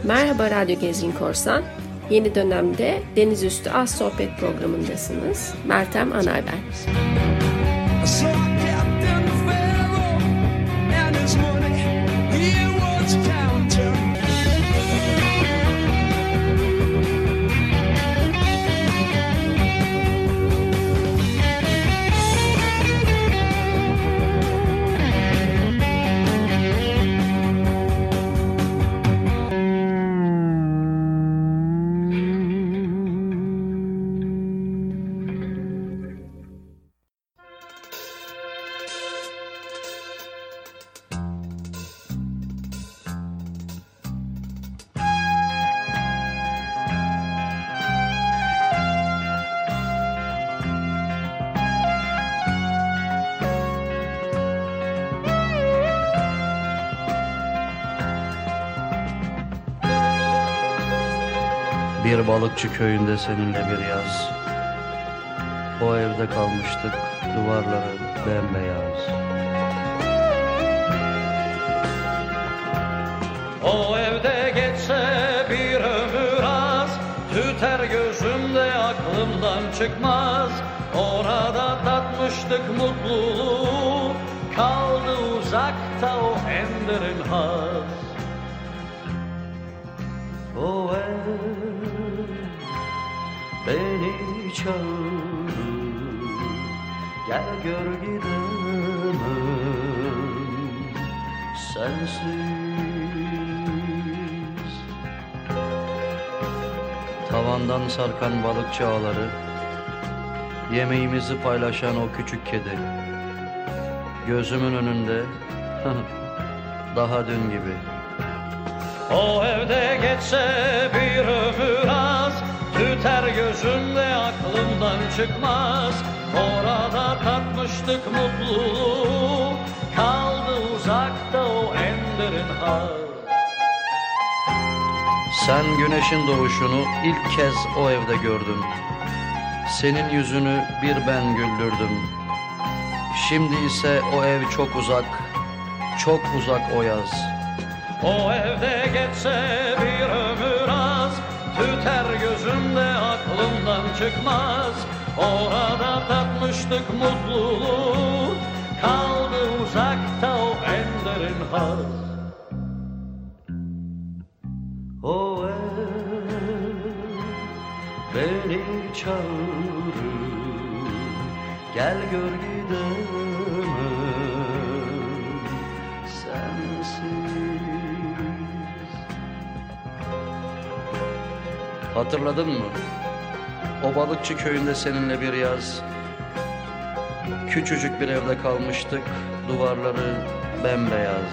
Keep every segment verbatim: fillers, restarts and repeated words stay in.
Merhaba Radyo Gezgin Korsan. Yeni dönemde Denizüstü Az Sohbet programındasınız. Meltem Anar ben. Bir balıkçı köyünde seninle bir yaz. O evde kalmıştık, duvarları bembeyaz. O evde geçse bir ömür az, tüter gözümde aklımdan çıkmaz. Orada tatmıştık mutluluğu, kaldı uzakta o en derin haz. O ev beni çağırır, gel gör gidemem sensiz. Tavandan sarkan balıkçı ağları, yemeğimizi paylaşan o küçük kedi, gözümün önünde daha dün gibi. O evde geçse bir ömür az, tüter gözümde aklımdan çıkmaz. Orada tatmıştık mutluluğu, kaldı uzakta o en derin haz. Sen güneşin doğuşunu ilk kez o evde gördün. Senin yüzünü bir ben güldürdüm. Şimdi ise o ev çok uzak, çok uzak o yaz. O evde geçse bir ömür az, tüter gözümde aklımdan çıkmaz. Orada tatmıştık mutluluğu, kaldı uzakta o en derin haz. O ev beni çağırır, gel gör gidemem sensiz. Hatırladın mı? O balıkçı köyünde seninle bir yaz. Küçücük bir evde kalmıştık, duvarları bembeyaz.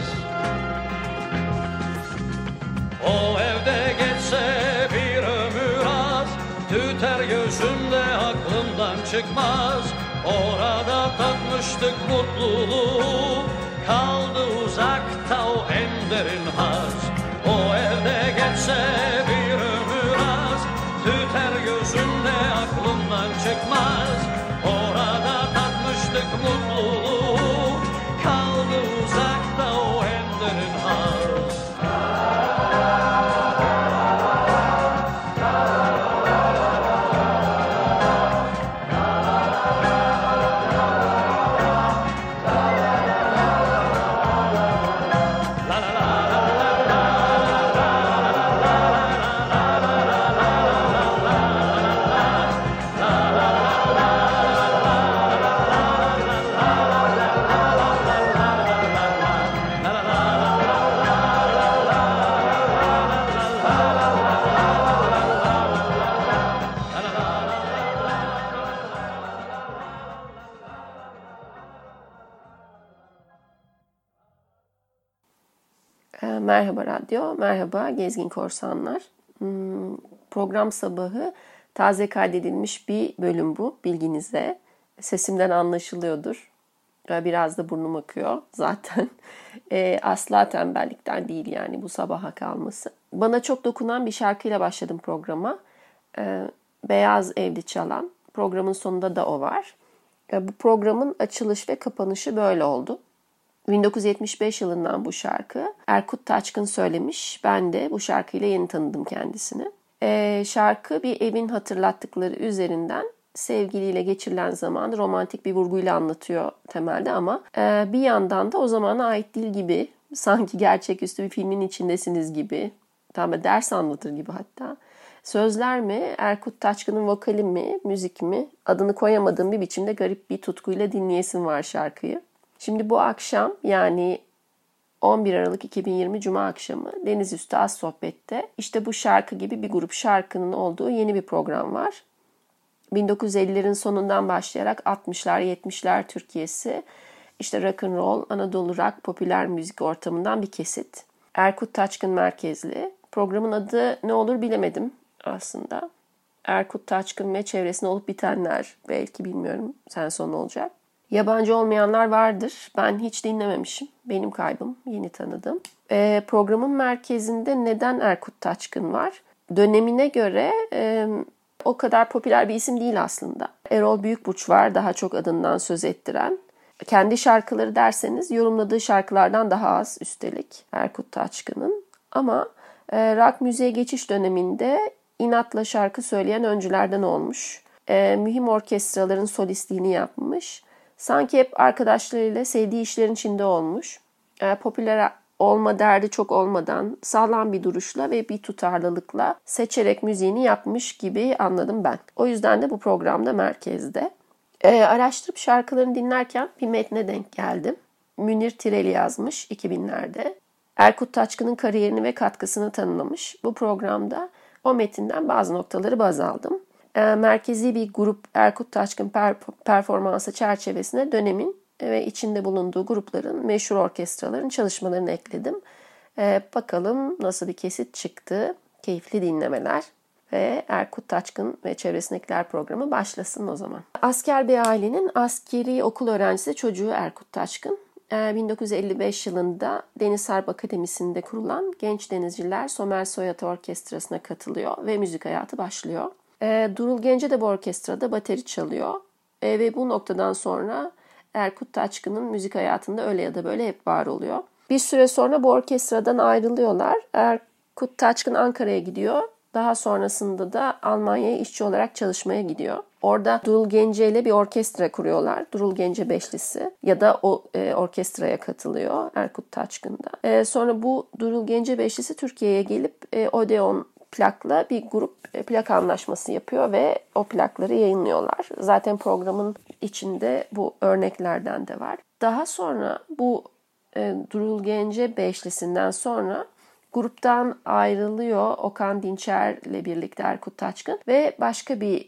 O evde geçse bir ömür az, tüter gözümde aklımdan çıkmaz. Orada tatmıştık mutluluğu, kaldı uzakta o en derin haz. O evde geçse bir ömür az, tüter gözümde aklımdan çıkmaz. Orada tatmıştık mutluluğu, kaldı uzakta o en derin haz. Merhaba Radyo, merhaba Gezgin Korsanlar. Program sabahı taze kaydedilmiş bir bölüm bu, bilginize. Sesimden anlaşılıyordur. Biraz da burnum akıyor zaten. Asla tembellikten değil yani bu sabaha kalması. Bana çok dokunan bir şarkıyla başladım programa. Beyaz Evde çalan. Programın sonunda da o var. Bu programın açılış ve kapanışı böyle oldu. bin dokuz yüz yetmiş beş yılından bu şarkı. Erkut Taçkın söylemiş. Ben de bu şarkıyla yeni tanıdım kendisini. Ee, şarkı bir evin hatırlattıkları üzerinden sevgiliyle geçirilen zamanı romantik bir vurguyla anlatıyor temelde ama e, bir yandan da o zamana ait değil gibi, sanki gerçeküstü bir filmin içindesiniz gibi, tam bir ders anlatır gibi hatta. Sözler mi, Erkut Taçkın'ın vokali mi, müzik mi, adını koyamadığım bir biçimde garip bir tutkuyla dinleyesim var şarkıyı. Şimdi bu akşam, yani on bir Aralık iki bin yirmi Cuma akşamı Denizüstü Az Sohbet'te işte bu şarkı gibi bir grup şarkının olduğu yeni bir program var. bin dokuz yüz ellilerin sonundan başlayarak altmışlar yetmişler Türkiye'si, işte rock and roll, Anadolu rock, popüler müzik ortamından bir kesit. Erkut Taçkın merkezli. Programın adı ne olur bilemedim aslında. Erkut Taçkın ve çevresinde olup bitenler, belki bilmiyorum, sen son olacak. Yabancı olmayanlar vardır. Ben hiç dinlememişim. Benim kaybım, yeni tanıdım. E, programın merkezinde neden Erkut Taçkın var? Dönemine göre e, o kadar popüler bir isim değil aslında. Erol Büyükburç var, daha çok adından söz ettiren. Kendi şarkıları derseniz yorumladığı şarkılardan daha az üstelik Erkut Taçkın'ın. Ama e, rock müziğe geçiş döneminde inatla şarkı söyleyen öncülerden olmuş. E, mühim orkestraların solistliğini yapmış. Sanki hep arkadaşlarıyla sevdiği işlerin içinde olmuş. E, popüler olma derdi çok olmadan sağlam bir duruşla ve bir tutarlılıkla seçerek müziğini yapmış gibi anladım ben. O yüzden de bu programda merkezde. E, araştırıp şarkılarını dinlerken bir metne denk geldim. Münir Tireli yazmış iki binlerde. Erkut Taçkın'ın kariyerini ve katkısını tanımlamış. Bu programda o metinden bazı noktaları baz aldım. E, merkezi bir grup Erkut Taçkın per- performansı çerçevesine dönemin ve içinde bulunduğu grupların, meşhur orkestraların çalışmalarını ekledim. E, bakalım nasıl bir kesit çıktı. Keyifli dinlemeler. Ve Erkut Taçkın ve çevresindekiler programı başlasın o zaman. Asker bir ailenin askeri okul öğrencisi çocuğu Erkut Taçkın. bin dokuz yüz elli beş yılında Deniz Harp Akademisi'nde kurulan Genç Denizciler Somer Soyatı Orkestrası'na katılıyor ve müzik hayatı başlıyor. Durul Gence de bu orkestrada bateri çalıyor. Ve bu noktadan sonra Erkut Taçkın'ın müzik hayatında öyle ya da böyle hep var oluyor. Bir süre sonra bu orkestradan ayrılıyorlar. Erkut Taçkın Ankara'ya gidiyor. Daha sonrasında da Almanya'ya işçi olarak çalışmaya gidiyor. Orada Durul Gence ile bir orkestra kuruyorlar. Durul Gence Beşlisi ya da o e, orkestraya katılıyor Erkut Taçkın'da. E, sonra bu Durul Gence Beşlisi Türkiye'ye gelip e, Odeon plakla bir grup e, plak anlaşması yapıyor ve o plakları yayınlıyorlar. Zaten programın içinde bu örneklerden de var. Daha sonra bu e, Durul Gence Beşlisi'nden sonra gruptan ayrılıyor Okan Dinçer'le birlikte Erkut Taçkın ve başka bir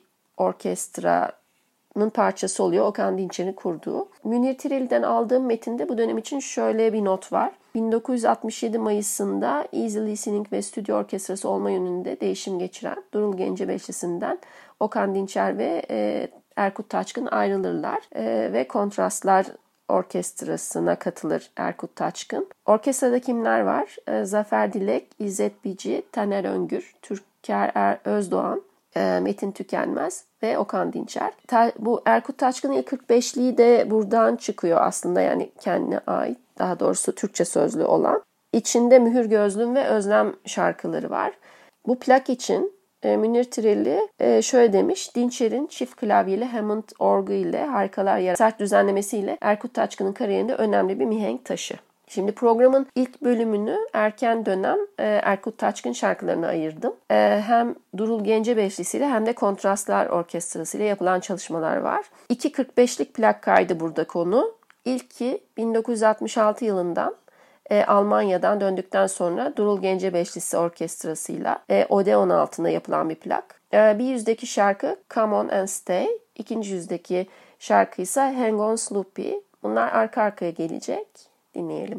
orkestranın parçası oluyor Okan Dinçer'in kurduğu. Münir Tireli'den aldığım metinde bu dönem için şöyle bir not var. bin dokuz yüz altmış yedi Mayıs'ında Easy Listening ve stüdyo orkestrası olma yönünde değişim geçiren Durul Gence Beşlisi'nden Okan Dinçer ve e, Erkut Taçkın ayrılırlar e, ve Kontrastlar Orkestrası'na katılır Erkut Taçkın. Orkestrada kimler var? E, Zafer Dilek, İzzet Bici, Taner Öngür, Türker er Özdoğan, e, Metin Tükenmez ve Okan Dinçer. Ta, bu Erkut Taçkın'ın ilk kırk beşliği de buradan çıkıyor aslında, yani kendine ait, daha doğrusu Türkçe sözlü olan. İçinde Mühür Gözlüm ve Özlem şarkıları var. Bu plak için Münir Tireli şöyle demiş: Dinçer'in çift klavyeli Hammond orgu ile harikalar yaratan sert düzenlemesiyle Erkut Taçkın'ın kariyerinde önemli bir mihenk taşı. Şimdi programın ilk bölümünü erken dönem Erkut Taçkın şarkılarına ayırdım. Hem Durul Gence Beşlisi'yle hem de Kontrastlar Orkestrası ile yapılan çalışmalar var. İki kırk beşlik plak kaydı burada konu. İlki bin dokuz yüz altmış altı yılından E, Almanya'dan döndükten sonra Durul Gence Beşlisi Orkestrası'yla e, Odeon altında yapılan bir plak. E, bir yüzdeki şarkı Come On and Stay, ikinci yüzdeki şarkı ise Hang On Sloopy. Bunlar arka arkaya gelecek. Dinleyelim.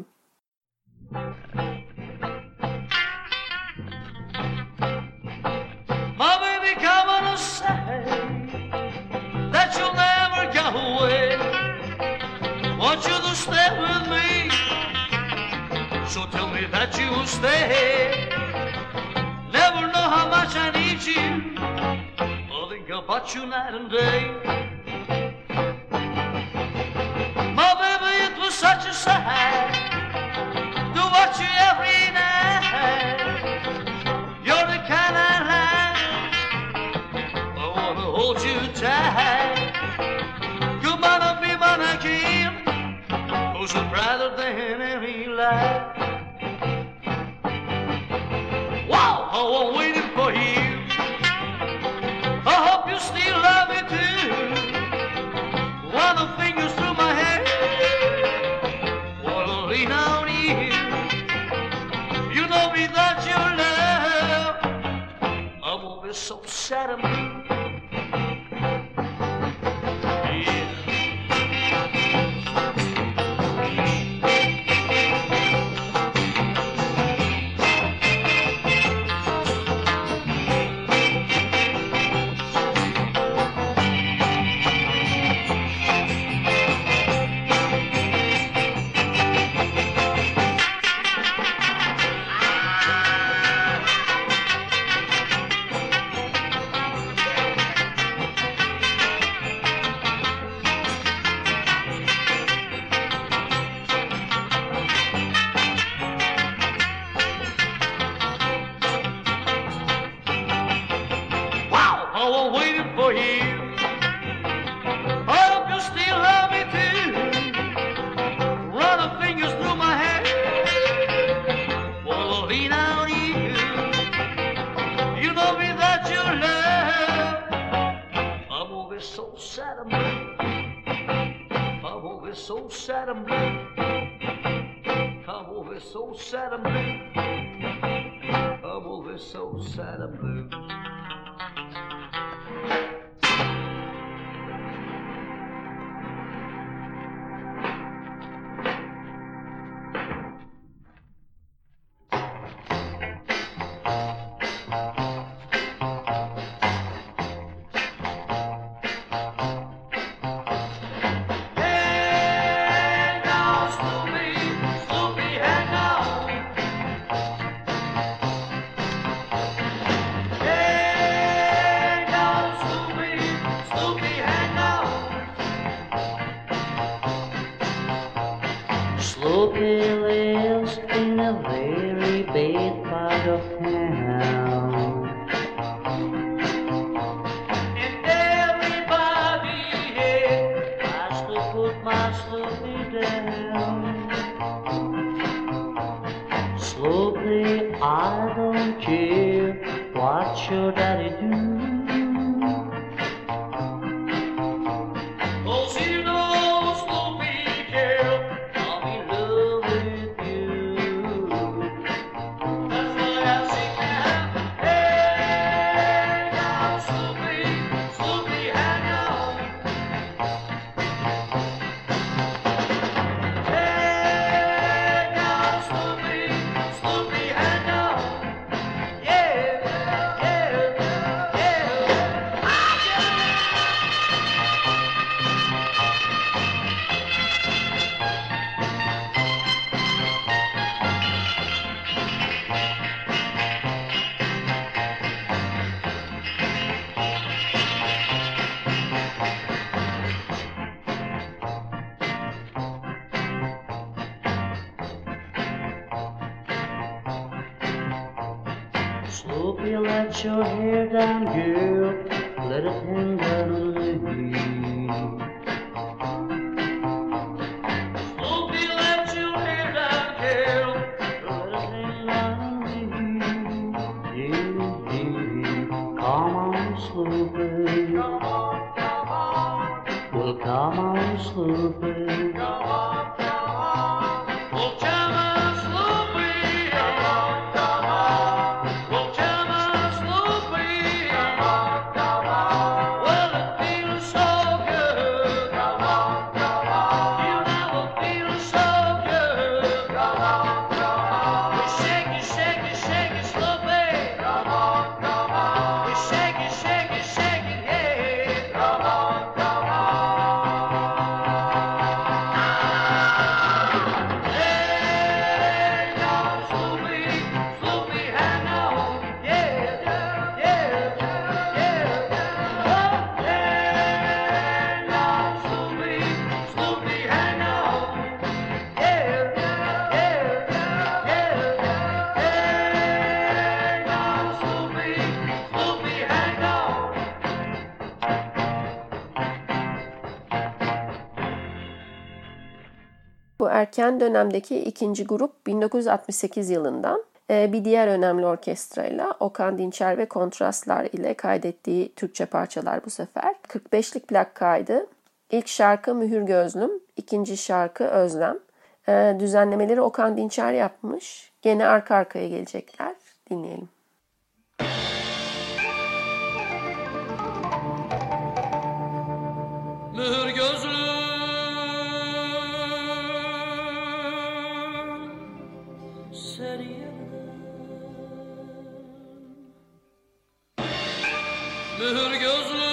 My baby, come on and say that you'll never go away. Want you to stay with me. So tell me that you will stay. Never know how much I need you. I'll think about you night and day. My baby, it was such a sight Oh, I'm waiting for you. I hope you still love me too. Run the fingers through my hair. Wanna lean on you. You know me that your love. I'm always so sad and blue. Oh, I'm waiting for you. I hope you still love me too. Run the fingers through my hair. Wanna lean on you. You know me that your love. I'm always so sad and blue. I'm always so sad and blue. I'm always so sad and blue. I'm always so sad and blue. Sloopy lives in a very bad part of town, And everybody here has to put my Sloopy down. Sloopy, I don't care what your daddy do. Cause you know Sloopy girl, I'm in love with you. That's why I sing now. Hey now Sloopy, Sloopy hang on. Hey now Sloopy, Sloopy hang on. Yeah, yeah, yeah, yeah. Sloopy, let your hair down, girl. Let it hang down a little. Sloopy, let your hair down, girl. Let it hang down a little. Yeah, yeah. Come on, Sloopy. Come on, come on, Well, come on, Sloopy. come on, come on. Well, come on, Sloopy. Come on, come on. Well, come on, Sloopy. Come on, come on. Well, it feels so good. Come on, come on. You know it feels so good. Come on, come on. We shake it, shake it, shake it, Sloopy. Come on, come on. We shake it, shake it, shake it, hey. Come on, come on. Hey, now, Sloopy, Sloopy, hang on. Yeah, yeah, yeah, yeah, yeah. Oh, hey, now, Sloopy, Sloopy, hang on. Yeah, yeah, yeah, yeah, yeah. Hey, now, Sloopy, Sloopy, hang on. Bu erken dönemdeki ikinci grup bin dokuz yüz altmış sekiz yılından Bir diğer önemli orkestrayla Okan Dinçer ve Kontrastlar ile kaydettiği Türkçe parçalar bu sefer. kırk beşlik plak kaydı. İlk şarkı Mühür Gözlüm, ikinci şarkı Özlem. Düzenlemeleri Okan Dinçer yapmış. Gene arka arkaya gelecekler. Dinleyelim. Mühür gözlüm seni yeniden, mühür gözlüm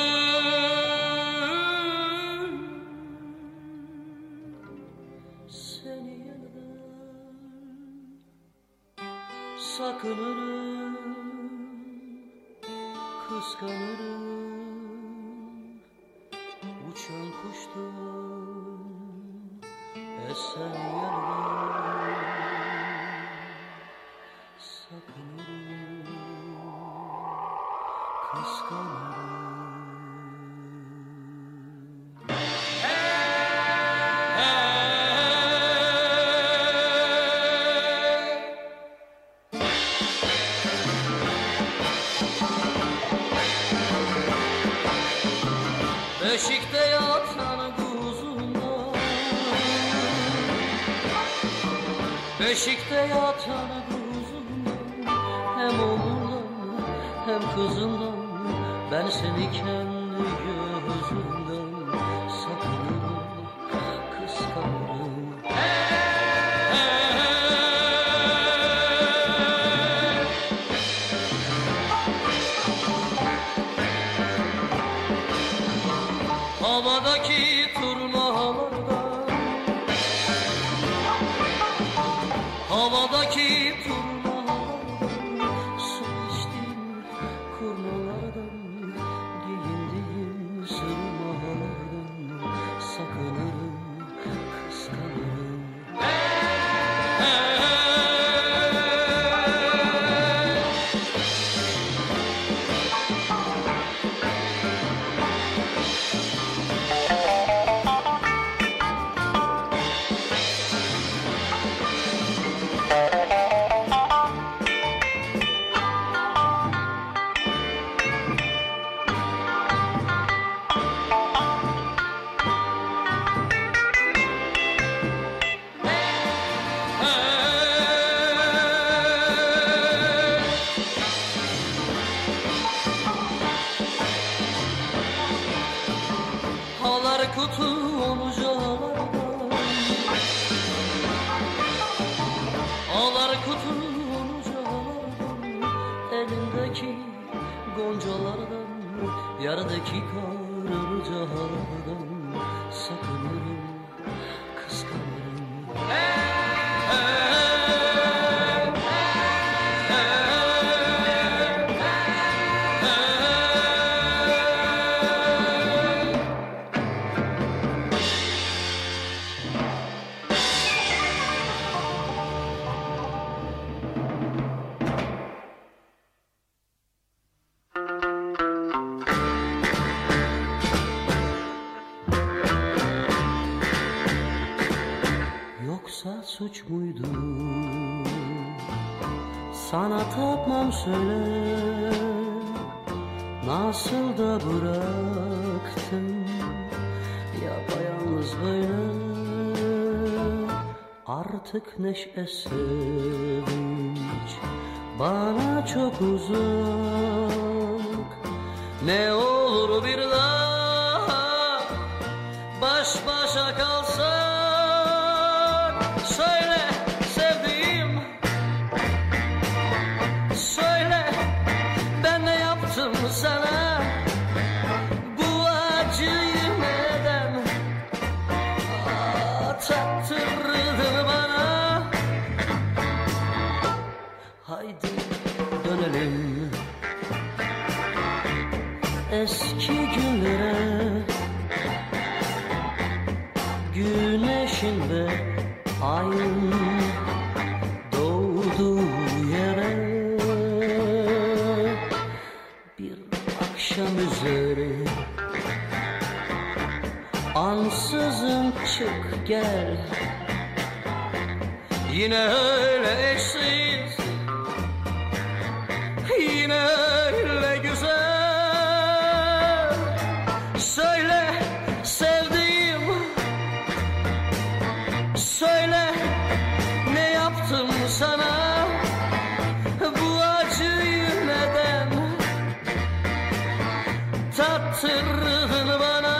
seni yeniden sakınırım, kıskanırım. Uçan kuştum, esen yerden sakınırım, kıskanırım. Beşikte yatan kuzumdan, beşikte yatan kuzumdan, hem oğlundan hem kızından, ben seni kendi gözümden sakınırım, kıskanırım. Havadaki turnalardan, havadaki turnalardan, su içtim kurnalardan, giyindiğim sırmalardan, sakınırım, kıskanırım. Havalar kutu onucalardan, havalar kutu onucalardan, elindeki goncalardan, yerdeki kararcalardan sakınırım, kıskanırım. Yoksa suç muydu sana tapmam, söyle nasıl da bıraktın yapayalnız böyle, artık neşe sevinç bana çok uzak. Ne olur bir daha baş başa kalsak. Söyle sevdiğim, söyle ben ne yaptım sana, bu acıyı neden ah, tattırdın bana. Haydi dönelim eski günlere, güneşin ve ayın doğduğu yere, bir akşam üzeri ansızın çık gel, yine öyle eşsiz anlatırdın bana.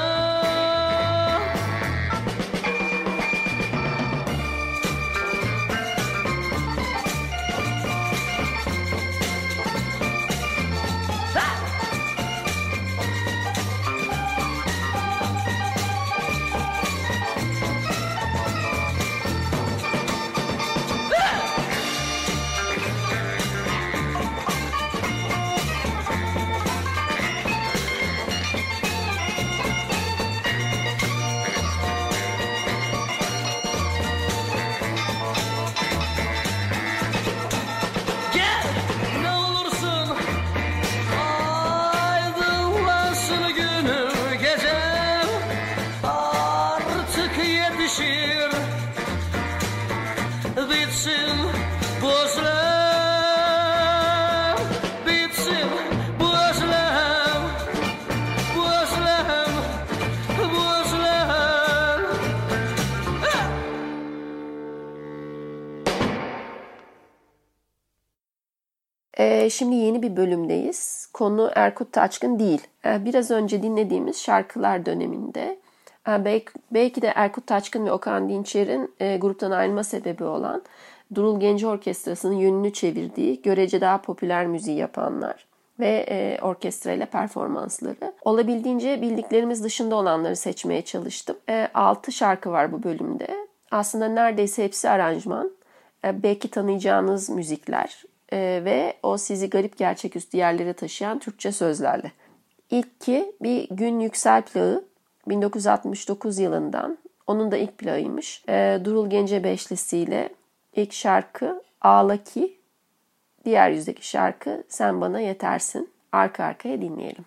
Ee, şimdi yeni bir bölümdeyiz. Konu Erkut Taçkın değil. Ee, biraz önce dinlediğimiz şarkılar döneminde e, belki, belki de Erkut Taçkın ve Okan Dinçer'in e, gruptan ayrılma sebebi olan Durul Genci Orkestrası'nın yönünü çevirdiği, görece daha popüler müziği yapanlar ve e, orkestrayla performansları. Olabildiğince bildiklerimiz dışında olanları seçmeye çalıştım. E, altı şarkı var bu bölümde. Aslında neredeyse hepsi aranjman. E, belki tanıyacağınız müzikler. Ee, ve o sizi garip gerçeküstü yerlere taşıyan Türkçe sözlerle. İlki bir Gün Yüksel plağı bin dokuz yüz altmış dokuz yılından. Onun da ilk plağıymış. Ee, Durul Gence Beşlisi'yle ilk şarkı Ağla Ki, diğer yüzdeki şarkı Sen Bana Yetersin. Arka arkaya dinleyelim.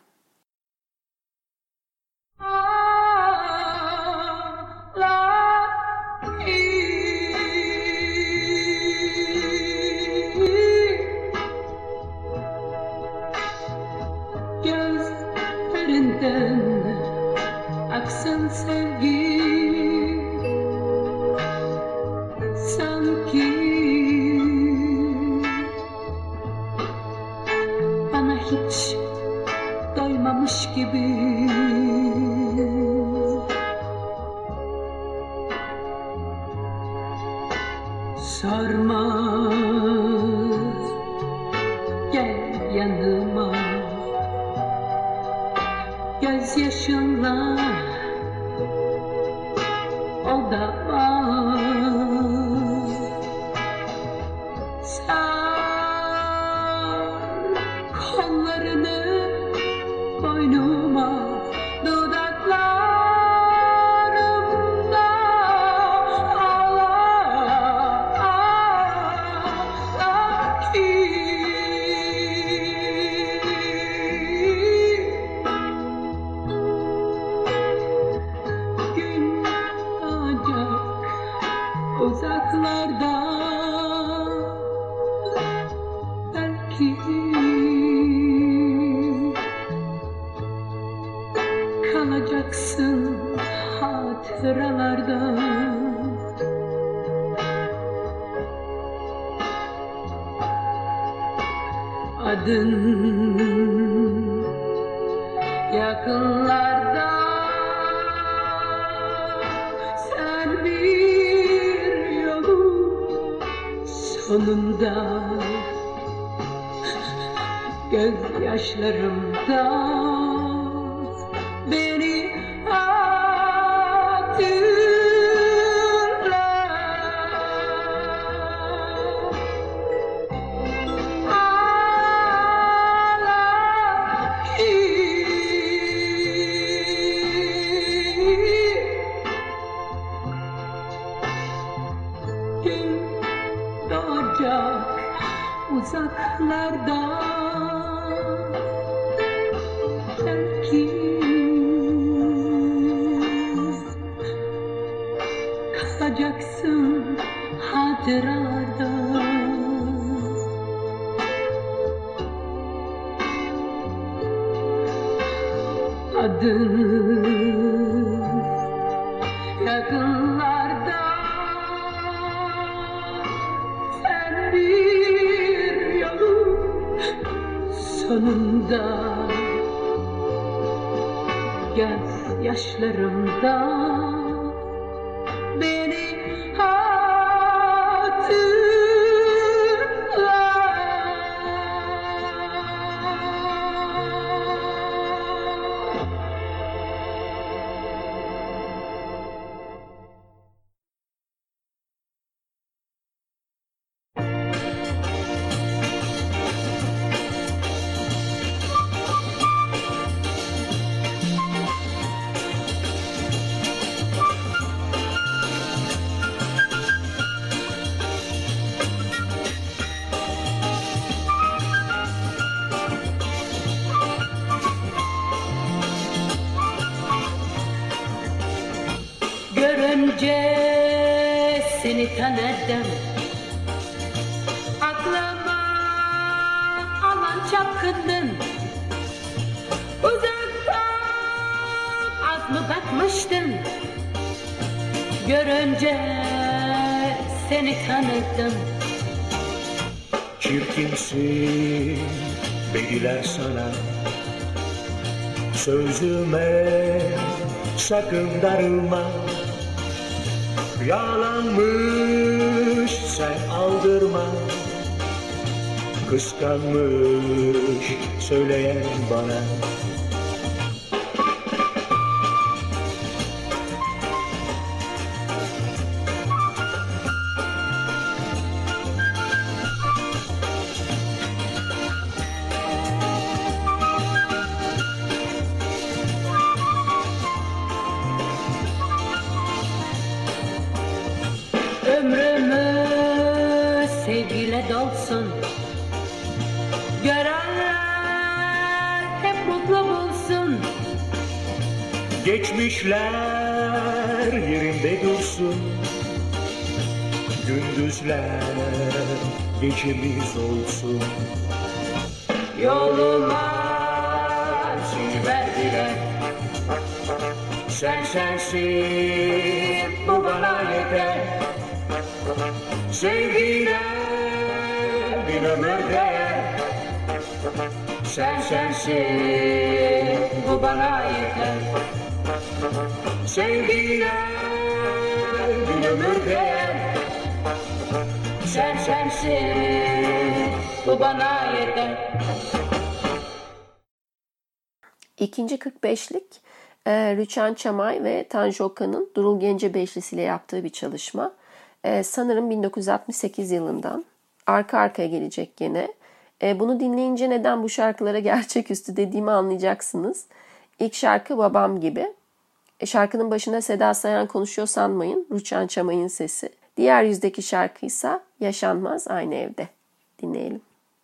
Aksın sevgi sanki bana hiç doymamış gibi. Sormaz gel yanıma, gözyaşınla o da var. Sar kollarını boynuma, dudaklarımda ağla, ağla ki gün doğacak uzaklarda, belki kalacaksın hatıralarda. Adın yakınlarda, sen bir yolun sonunda, gözyaşlarımda beni hatırla. Ağla ki gün doğacak uzaklarda, belki kalacaksın hatıralarda. Adın yakınlarda, sen bir yolun sonunda, göz yaşlarımda beni görünce seni tanıdım. Aklıma alan çapkındın. Uzaktan az mı bakmıştın? Görünce seni tanıdım. Çirkinsin dediler sana, sözüme sakın darılma. Yalanmış sen aldırma, kıskanmış söyleyen bana. Ömrümüz sevgiyle dolsun. Görenler hep mutlu bulsun. Geçmişler yerinde dursun. Gündüzler gecemiz olsun. Yoluma seni verdiler. Sen sensin bu bana yeter. Sevgiyle bir ömür değer. Sen sensin Bu bana yeter. sevgiyle bir ömür değer. Sen sensin. Bu bana yeter. İkinci kırk beşlik e, Rüçhan Çamay ve Tanju Okan'ın Durul Gence Beşlisi'yle yaptığı bir çalışma. E, sanırım bin dokuz yüz altmış sekiz yılından. Arka arkaya gelecek gene. E, bunu dinleyince neden bu şarkılara gerçeküstü dediğimi anlayacaksınız. İlk şarkı Babam Gibi. E, şarkının başına Seda Sayan konuşuyor sanmayın. Rüçhan Çamay'ın sesi. Diğer yüzdeki şarkıysa Yaşanmaz Aynı Evde. Dinleyelim.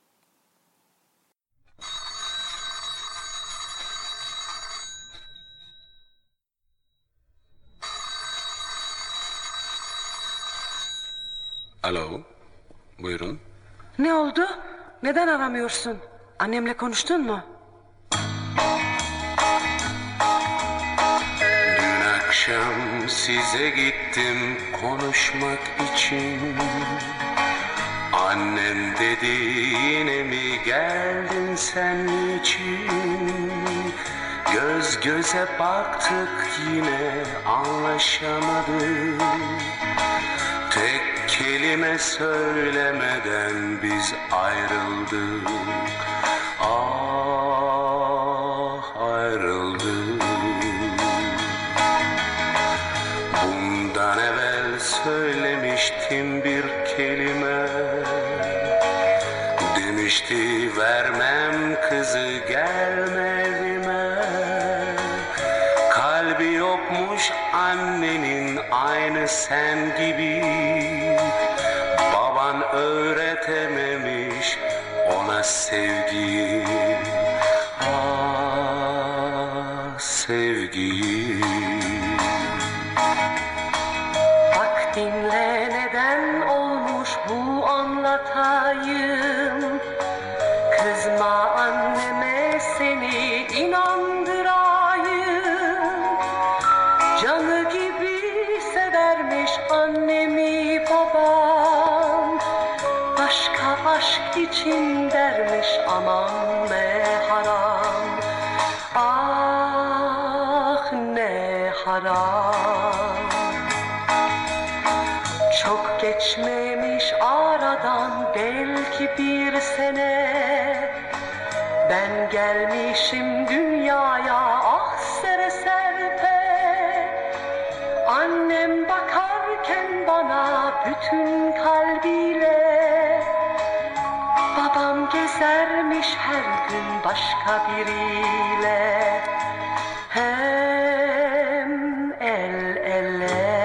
Alo, buyurun. Ne oldu? Neden aramıyorsun? Annemle konuştun mu? Dün akşam size gittim konuşmak için. Annem dedi yine mi geldin sen için? Göz göze baktık yine anlaşamadık. Tek kelime söylemeden biz ayrıldık. Ah ayrıldık. Bundan evvel söylemiştim bir kelime. Demişti vermem kızı gelme evime. Kalbi yokmuş annenin aynı sen gibi. Baban öğretememiş ona sevgiyi. Ah sevgiyi. Bak dinle neden olmuş bu anlatayım. Kızma anneme seni inandırayım. Canı gibi severmiş annemi babam. Başka aşk için dermiş aman be haram. Ah Ben gelmişim dünyaya ah sere serpe. Annem bakarken bana bütün kalbiyle. Babam gezermiş her gün başka biriyle. Hem el ele.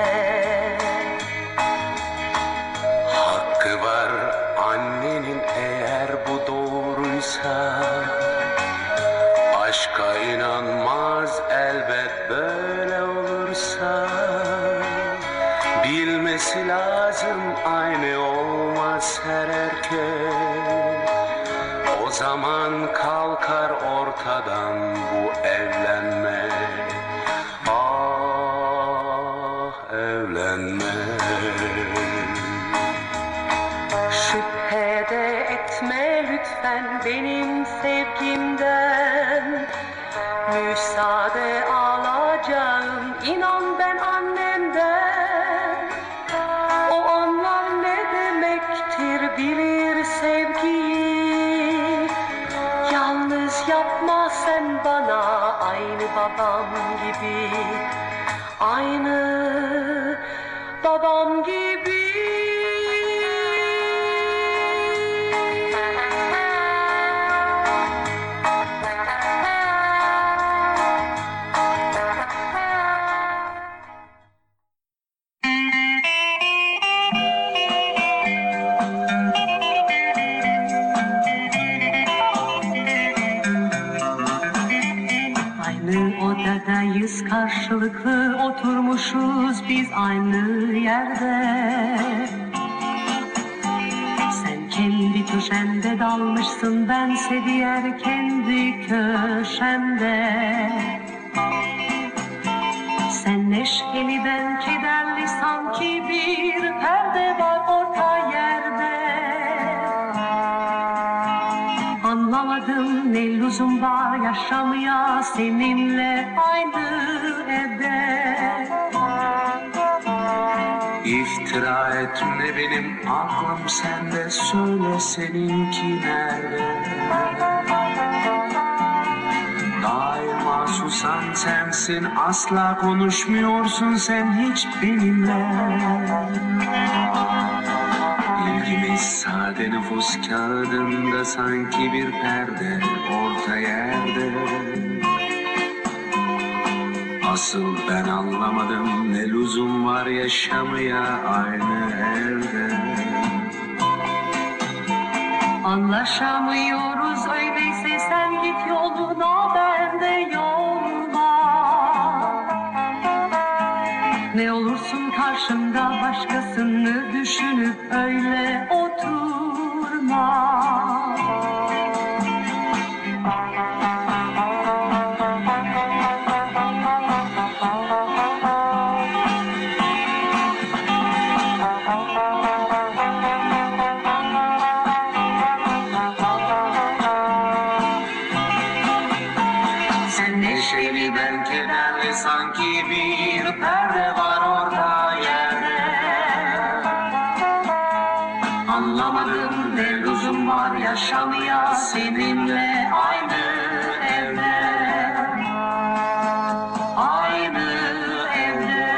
Hakkı var annenin eğer bu doğruysa. Aşka inanmaz elbet böyle olursa. Bilmesi lazım aynı olmaz her erkek. O zaman kalkar ortadan bu evlenme. Ah evlenme. Şüphe de etme lütfen benim sevgimden. Müsaade alacağım inan ben annemden. O anlar ne demektir bilir sevgiyi. Yalnız yapma sen bana aynı babam gibi. Aynı babam gibi. Odadayız karşılıklı oturmuşuz biz aynı yerde. Sen kendi köşende dalmışsın bense diğer kendi köşemde. Sen neşeli ben kederli sanki bir perde var orta yerde. Anlamadım ne lüzum var yaşamaya seninle aynı evde. İftira etme benim aklım sende söyle seninki nerede? Daima susan sensin asla konuşmuyorsun sen hiç benimle. İlgimiz sade nüfus kağıdında sanki bir perde orta yerde. Asıl ben anlamadım ne lüzum var yaşamaya aynı evde. Anlaşamıyoruz öyleyse sen git yoluna ben de yoluma. Ne olursun karşımda başkasını düşünüp öyle oturma. Neşeli ben kederli sanki bir perde var orada yerde. Anlamadım ne lüzum var yaşamaya seninle aynı evde. Aynı evde.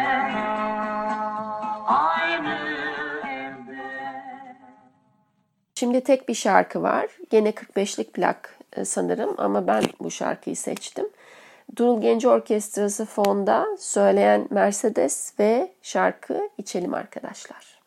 Aynı evde. Şimdi tek bir şarkı var. Gene kırk beşlik plak sanırım ama ben bu şarkıyı seçtim. Durul Genci Orkestrası fonda, söyleyen Mercedes ve şarkı İçelim Arkadaşlar.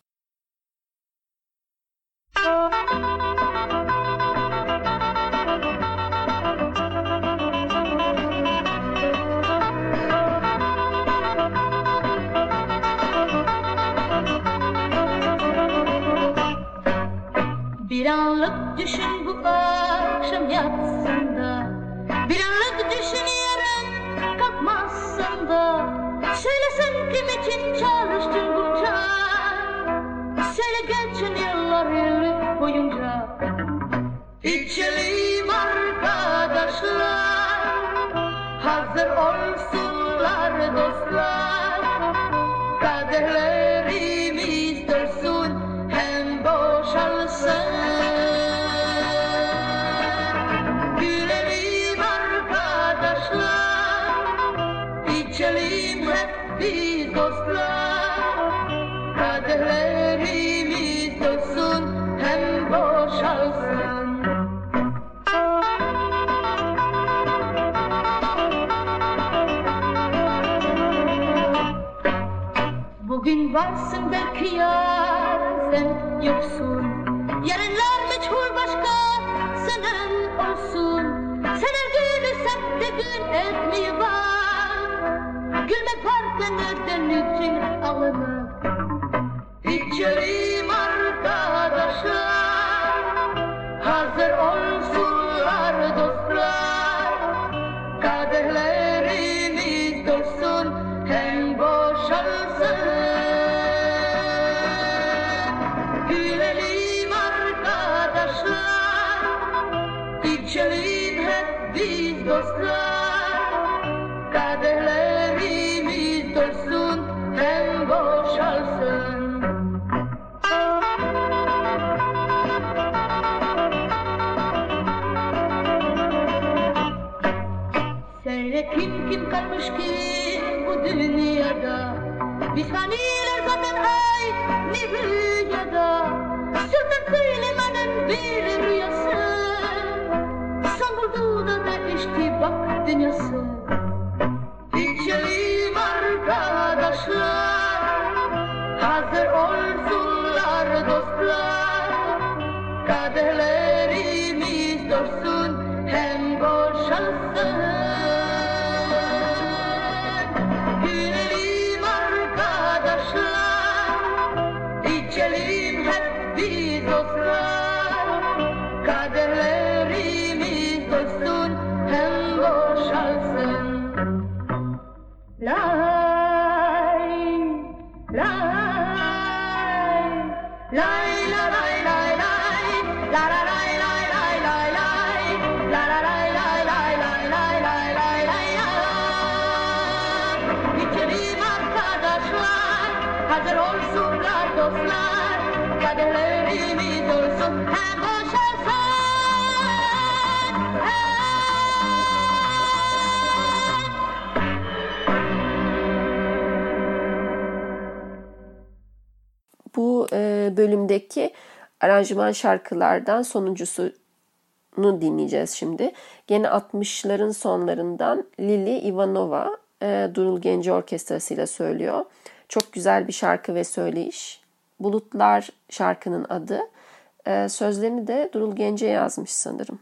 Bir anlık düşün bu akşam yatsında, bir anlık düşün yarın kalkmazsın da. Söylesin kim için çalıştın bunca, söyle geçen yıllar yılı boyunca. İçelim arkadaşlar, hazır olsunlar dostlar. Kaderlerimiz dolsun hem boşalsın. dostlar, kaderlerimiz dolsun hem boşalsın. Bugün varsın belki yarın sen yoksun, yarınlar meçhul başka senin olsun. Sen her gülürsen de gün etmeyi var, gülmek varken neden için ağlamak? İçerim arkadaşlar, hazır olsunlar dostlar, kadehlerimiz dolsun hem boşalsın. Gülelim arkadaşlar, içelim hep biz dostlar, kadehlerimiz dolsun hem boşalsın. Söyle kim kim kalmış ki bu dünyada, biz faniler zaten aynı dünyada. Sultan Süleyman'ın bir rüyası, İstanbul'da da işte bak dünyası. İçelim arkadaşlar, hazır olsunlar dostlar, kadehlerimiz dolsun hem boşalsın. Gülelim arkadaşlar, içelim hep biz dostlar, kadehlerimiz dolsun hem boşalsın. Lay, lay, lay, la, lay, lay, lay, la, la, lay, lay, lay, lay, lay, la, la, lay, lay, lay, lay, lay, lay, lay, lay, lay. İçelim arkadaşlar, hazır olsunlar dostlar, kadehlerimiz olsun hem boşalsın. Bu e, bölümdeki aranjman şarkılardan sonuncusunu dinleyeceğiz şimdi. Gene altmışların sonlarından Lili Ivanova, e, Durul Gence Orkestrası ile söylüyor. Çok güzel bir şarkı ve söyleyiş. Bulutlar şarkının adı. E, sözlerini de Durul Gence yazmış sanırım.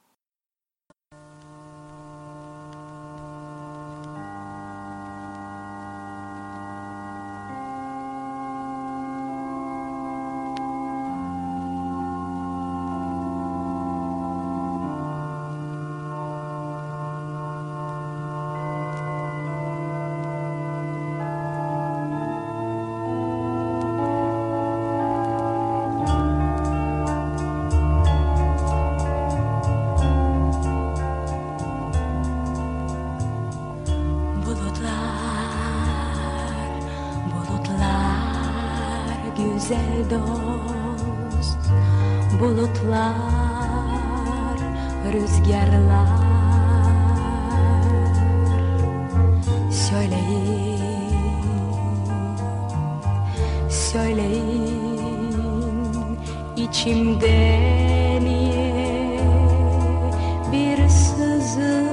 Güzel dost, bulutlar, rüzgarlar. Söyleyin, söyleyin, içimde niye bir sızı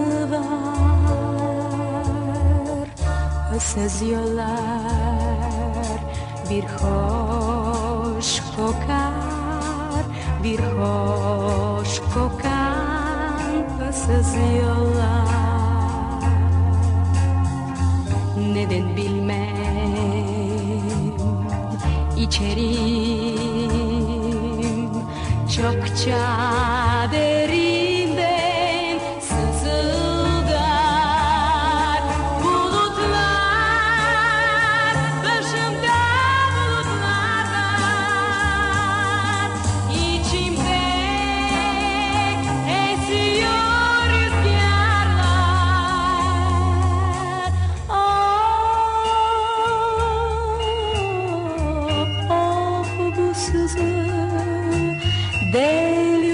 var? Issız yollar bir hoş kokar, bir hoş kokan ıssız yollar. Neden bilmem, içerim çokça derinden sızıldar. Bulutlar, başımda bulutlar var. İçimde esiyor rüzgarlar. Oh, oh, oh, bu sızı deli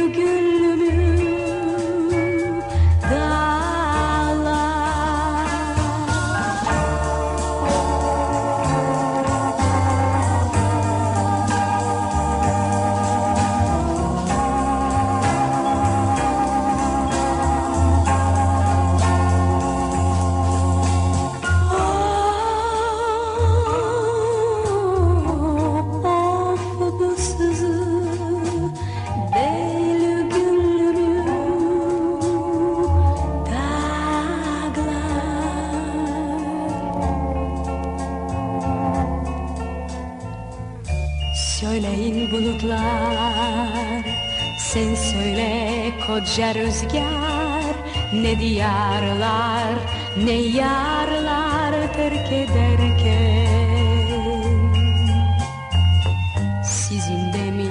bulutlar. Sen söyle koca rüzgar, ne diyarlar ne yarlar terk ederken. Sizin de mi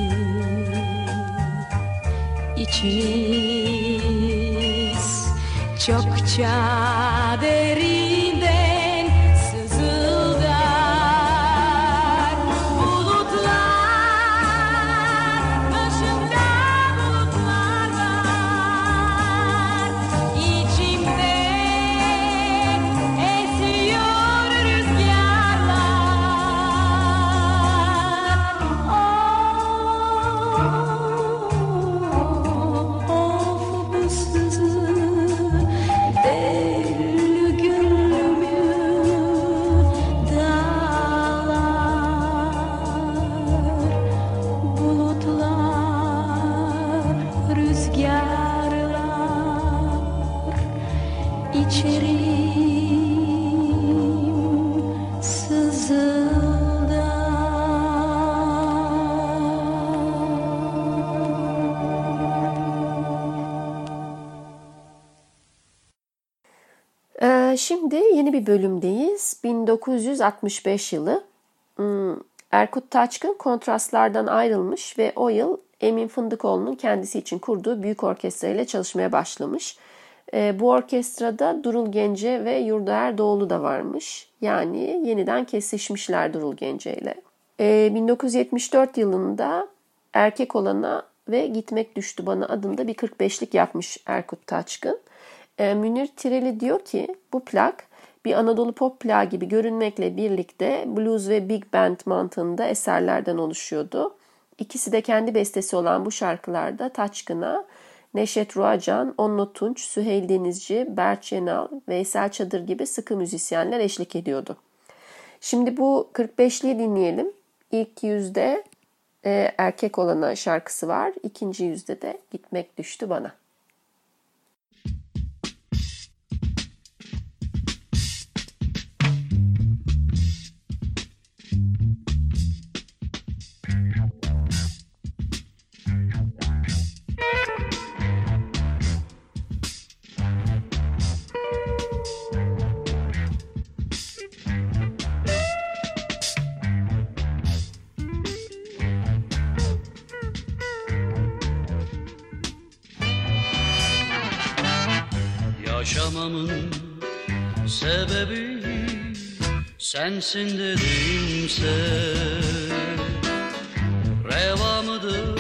içiniz çokça derinden sızıldar? Bulutlar, başımda bulutlar var. İçimde esiyor rüzgarlar. Of bu sızı deli gönlümü dağlar. Bulutlar, rüzgarlar, içerim sızıldar. Ee, şimdi yeni bir bölümdeyiz. bin dokuz yüz altmış beş yılı. Hmm, Erkut Taçkın kontrastlardan ayrılmış ve o yıl Emin Fındıkoğlu'nun kendisi için kurduğu büyük orkestra ile çalışmaya başlamış. Ee, bu orkestrada Durul Gence ve Yurdaer Doğulu da varmış. Yani yeniden kesişmişler Durul Gence ile. Ee, bin dokuz yüz yetmiş dört yılında Erkek Olana ve Gitmek Düştü Bana adında bir kırk beşlik yapmış Erkut Taçkın. Ee, Münir Tireli diyor ki bu plak bir Anadolu pop plağı gibi görünmekle birlikte blues ve big band mantığında eserlerden oluşuyordu. İkisi de kendi bestesi olan bu şarkılarda Taçkın'a Neşet Ruacan, Onno Tunç, Süheyl Denizci, Berç Yenal, Veysel Çadır gibi sıkı müzisyenler eşlik ediyordu. Şimdi bu kırk beşliği dinleyelim. İlk yüzde e, Erkek Olana şarkısı var. İkinci yüzde de Gitmek Düştü Bana. Yaşamamın sebebi sensin dedimse, reva mıdır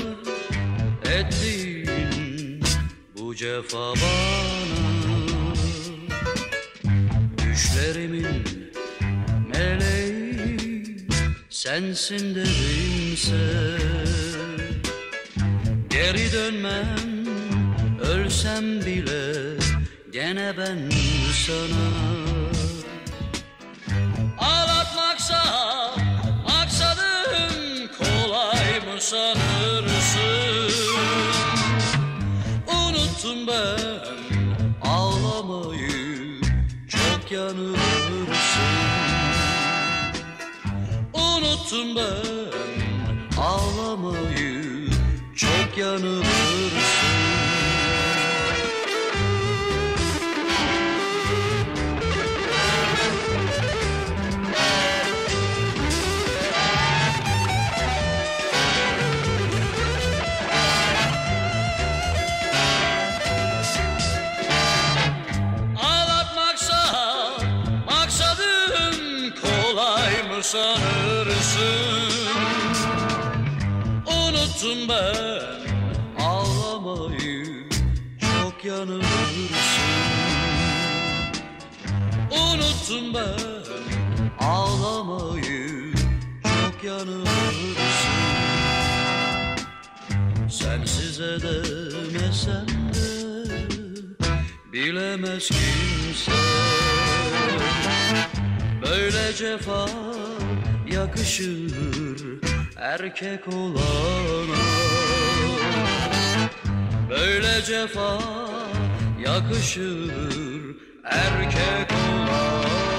ettiğin bu cefa bana? Düşlerimin meleği sensin dedimse, geri dönmem ölsem bile gene ben sana. Ağlatmaksa maksadın, kolay mı sanırsın? Unuttum ben ağlamayı, çok yanılırsın. Unuttum ben ağlamayı, çok yanılırsın. Sanırsın. Unuttum ben ağlamayı, çok yanılırsın. Unuttum ben ağlamayı, çok yanılırsın. Sensiz edemesem de bilemez kimse, böyle cefa yakışır erkek olana. Böyle cefa yakışır erkek olana.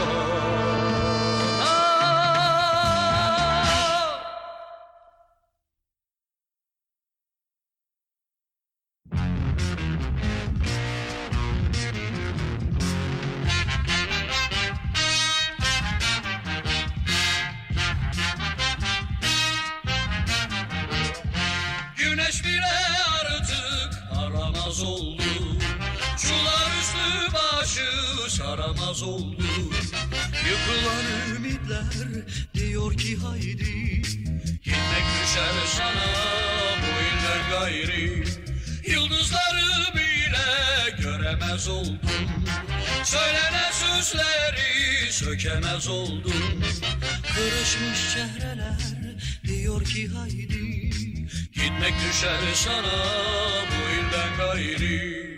Çular üstü başı saramaz oldu. Yıkılan ümitler diyor ki haydi, gitmek düşer sana bu ilden gayri. Yıldızları bile göremez oldun, söylenen sözleri sökemez oldun. Kırışmış çehreler diyor ki haydi, gitmek düşer sana bu ilden gayri.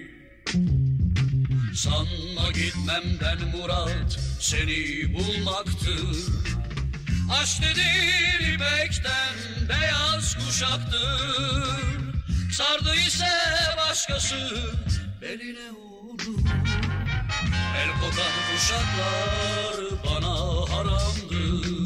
Sanma gitmemden murat seni bulmaktır. Aşk dediğin ipekten beyaz kuşaktır. Sardı ise başkası beline onu. El kokan kuşaklar bana haramdır.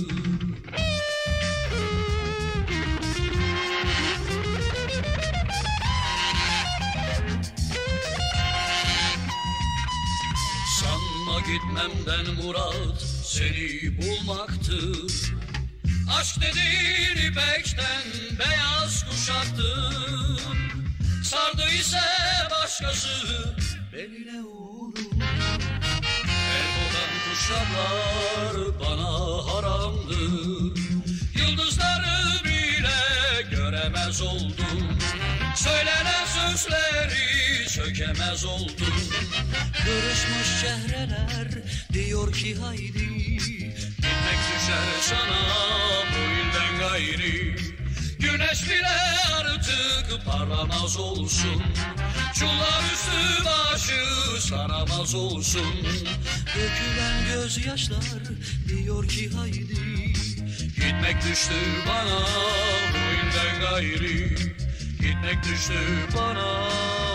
Sanma gitmemden murat seni bulmaktır. Aşk dediğin ipekten beyaz kuşaktır. Sardı ise başkası beline onu. El kokan kuşaklar bana haramdır. Yıldızları bile göremez oldum, söylenen sözleri sökemez oldum. Kırışmış çehreler diyor ki haydi, gitmek düşer sana bu ilden gayri. Güneş bile artık parlamaz olsun, çullar üstü başı saramaz olsun. Dökülen gözyaşlar diyor ki haydi, gitmek düştü bana bu ilden gayri. Gitmek düştü bana.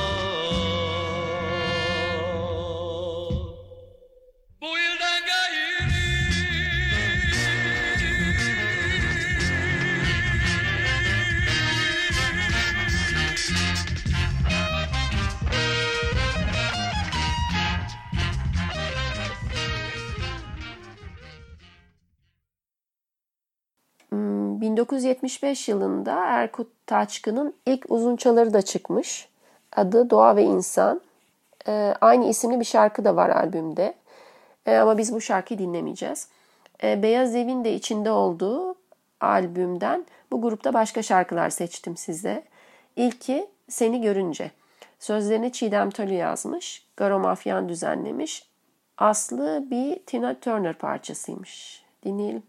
bin dokuz yüz yetmiş beş yılında Erkut Taçkın'ın ilk uzunçaları da çıkmış. Adı Doğa ve İnsan. Ee, aynı isimli bir şarkı da var albümde. Ee, ama biz bu şarkıyı dinlemeyeceğiz. Ee, Beyaz Evin de içinde olduğu albümden bu grupta başka şarkılar seçtim size. İlki Seni Görünce. Sözlerini Çiğdem Tölü yazmış. Garo Mafyan düzenlemiş. Aslı bir Tina Turner parçasıymış. Dinleyelim.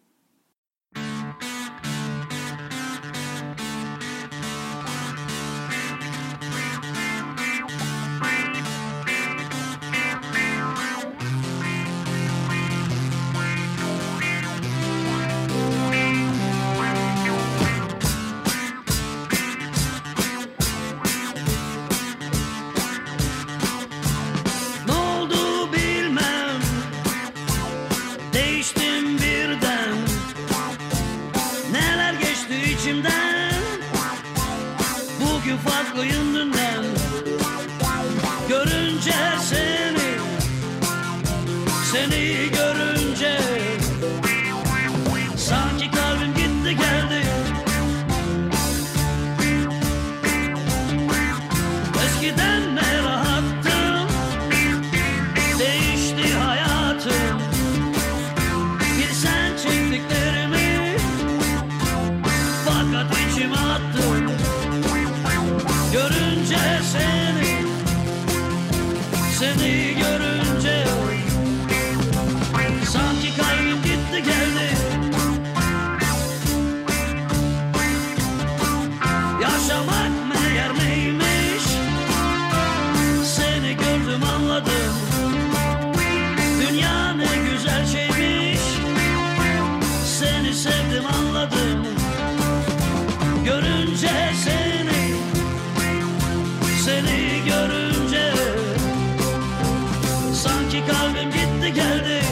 Seni görünce sanki kalbim gitti geldi. Eskiden ne rahattım, değişti hayatım. Bilsen çektiklerimi, fakat içime attım. Görünce seni, seni görünce sanki kalbim gitti geldi. Yaşamak meğer neymiş, seni gördüm anladım. Dünya ne güzel şeymiş, seni sevdim anladım. Görünce seni, seni görünce sanki kalbim gitti geldi.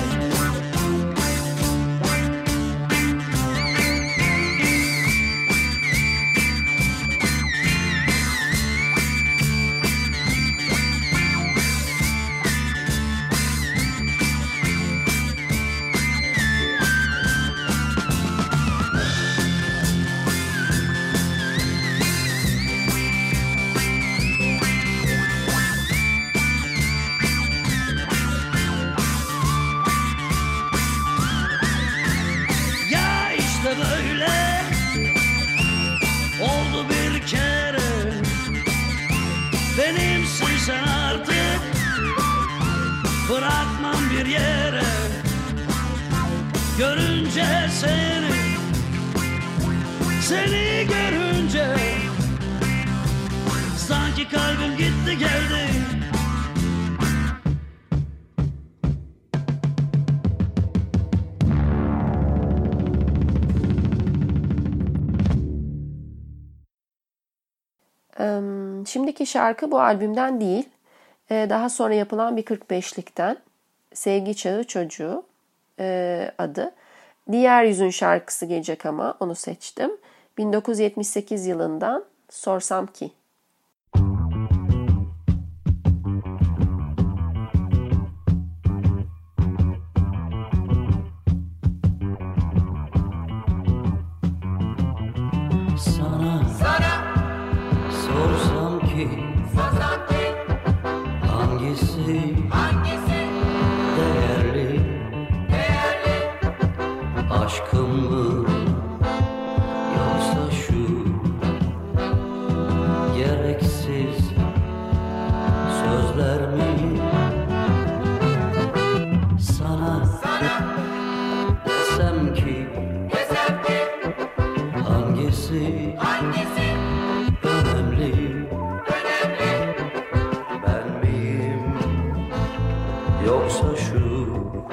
görünce seni, seni görünce sanki kalbim gitti geldi. Şimdiki şarkı bu albümden değil, daha sonra yapılan bir kırk beşlikten. Sevgi Çağı Çocuğu adı. Diğer Yüzün şarkısı gelecek ama onu seçtim. bin dokuz yüz yetmiş sekiz yılından Sorsam Ki. Sana, sana sorsam ki, sorsam ki hangisi, hangisi değerli, değerli aşkım mı yoksa şu gereksiz sözler mi? Sana, sana desem ki, desem ki hangisi, hangisi önemli, önemli ben miyim yoksa şu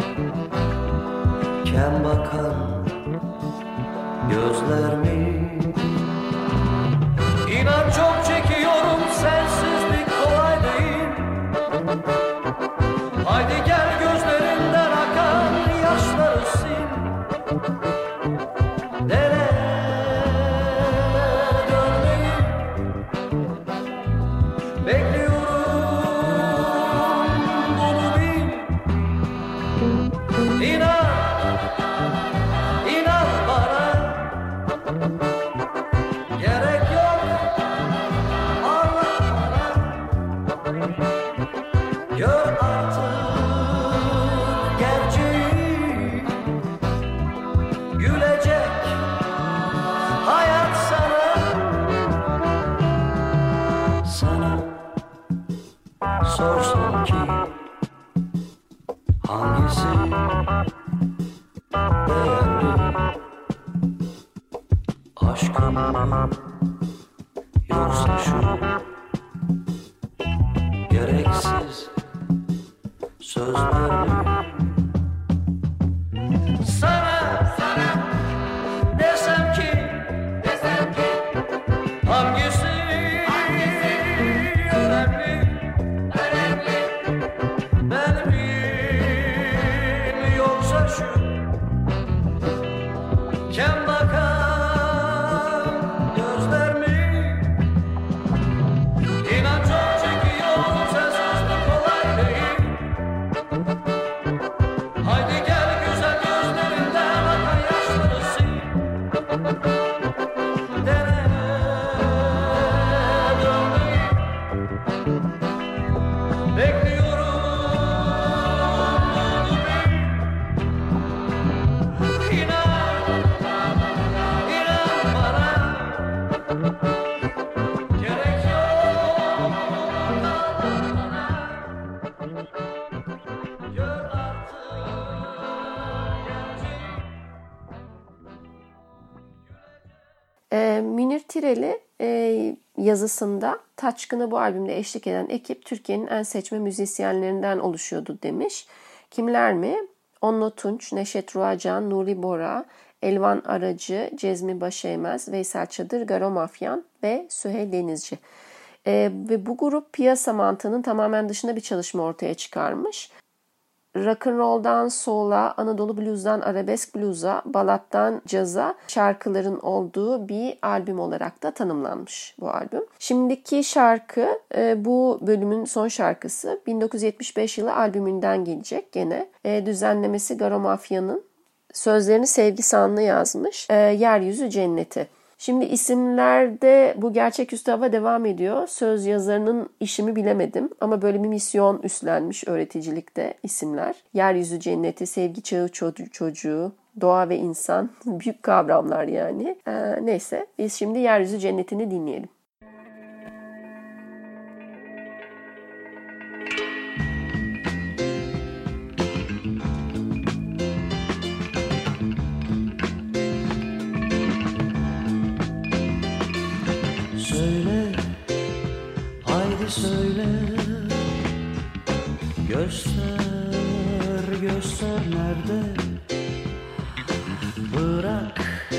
kem bakan gözler mi? İnan çok çekiyorum, sensizlik kolay değil. Haydi gel gözlerinden akan yaşları sil. Dene dönmeyi, bekliyorum bunu bil. İnan, inan bana, gerek yok anlatmana. Gör artık gerçeği, gülecek hayat sana. Sana sorsam ki hangisi değerli, aşkım mı yoksa şu gereksiz sözler mi? Sana, sana desem ki, desem ki hangisi, hangisi önemli, önemli ben miyim yoksa şu kem bakan gözler mi? İnan çok çekiyorum, sensizlik kolay değil. Haydi gel güzel gözlerinden akan yaşları sil. Dene dönmeyi, bekliyorum bunu bil. İnan, inan bana, gerek yok anlatmana. Gör artık gerçeği. Ee, Münir Tireli e, yazısında Taçkın'a bu albümde eşlik eden ekip Türkiye'nin en seçme müzisyenlerinden oluşuyordu demiş. Kimler mi? Onno Tunç, Neşet Ruacan, Nuri Bora, Elvan Aracı, Cezmi Başeymez, Veysel Çadır, Garo Mafyan ve Süheyl Denizci. Ee, ve bu grup piyasa mantığının tamamen dışında bir çalışma ortaya çıkarmış. Rock'n'roll'dan soul'a, Anadolu blues'dan arabesk blues'a, balattan caza şarkıların olduğu bir albüm olarak da tanımlanmış bu albüm. Şimdiki şarkı bu bölümün son şarkısı. bin dokuz yüz yetmiş beş yılı albümünden gelecek gene. Düzenlemesi Garo Mafya'nın. Sözlerini Sevgi Sanlı yazmış. Yeryüzü Cenneti. Şimdi isimlerde bu gerçeküstü hava devam ediyor. Söz yazarının işimi bilemedim ama böyle bir misyon üstlenmiş öğreticilikte isimler. Yeryüzü Cenneti, Sevgi Çağı Çocuğu, Doğa ve İnsan büyük kavramlar yani. Ee, neyse biz şimdi Yeryüzü Cenneti'ni dinleyelim. söyle, göster, göster nerede? Bırak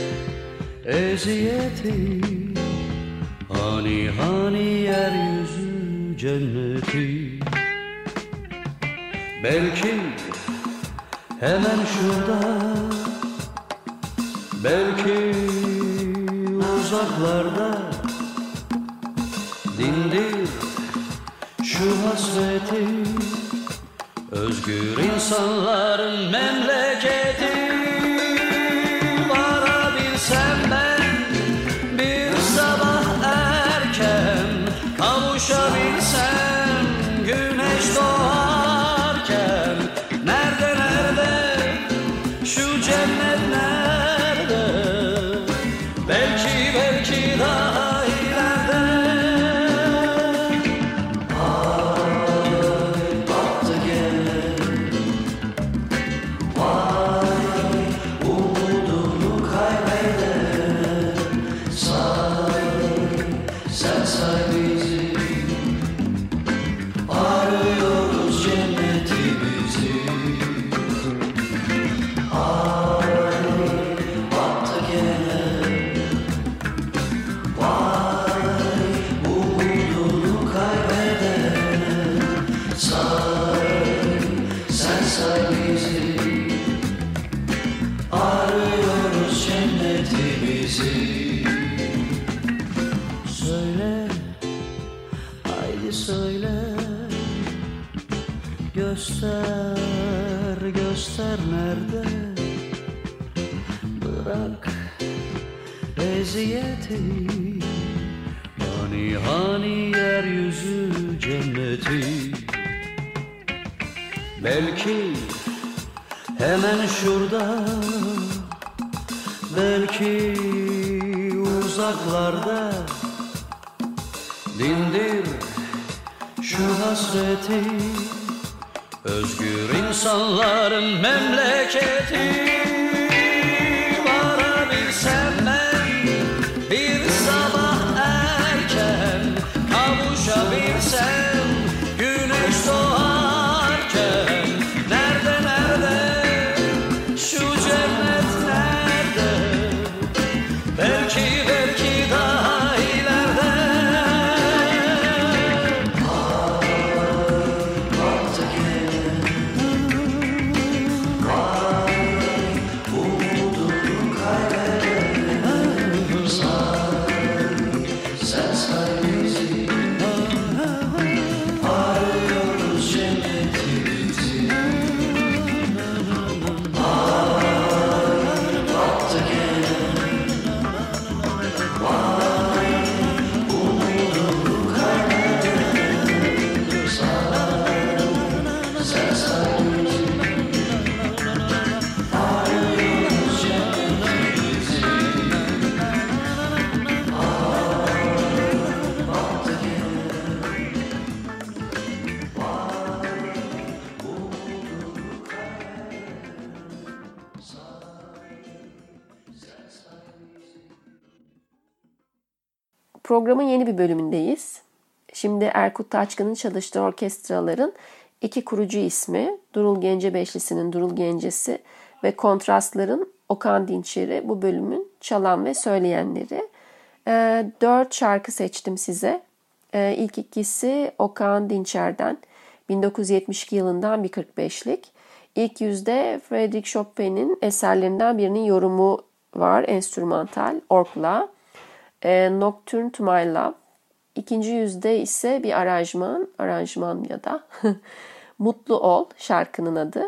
eziyeti, hani hani yeryüzü cenneti. Belki hemen şurada, belki uzaklarda. Dindir şu hasreti, özgür insanların memleketi. Varabilsem ben bir sabah erken, kavuşabilsem güneş doğarken. Nerede nerede şu cennet nerede? Belki belki daha ileride. Söyle, haydi söyle, göster, göster nerede? Bırak eziyeti, hani hani yeryüzü cenneti. Belki hemen şurada, belki uzaklarda. Dindir şu hasreti, özgür insanların memleketi. Varabilsem ben bir sabah erken, kavuşabilsem güneş doğarken. Nerede nerede şu cennet nerede? Belki belki daha ileride. Programın yeni bir bölümündeyiz. Şimdi Erkut Taçkın'ın çalıştığı orkestraların iki kurucu ismi, Durul Gence Beşlisi'nin Durul Gencesi ve Kontrastların Okan Dinçer'i bu bölümün çalan ve söyleyenleri. E, dört şarkı seçtim size. E, ilk ikisi Okan Dinçer'den bin dokuz yüz yetmiş iki yılından bir kırk beşlik. İlk yüzde Frédéric Chopin'in eserlerinden birinin yorumu var, enstrümantal, orkla. E, Nocturne to My Love. İkinci yüzde ise bir aranjman, aranjman ya da Mutlu Ol şarkının adı.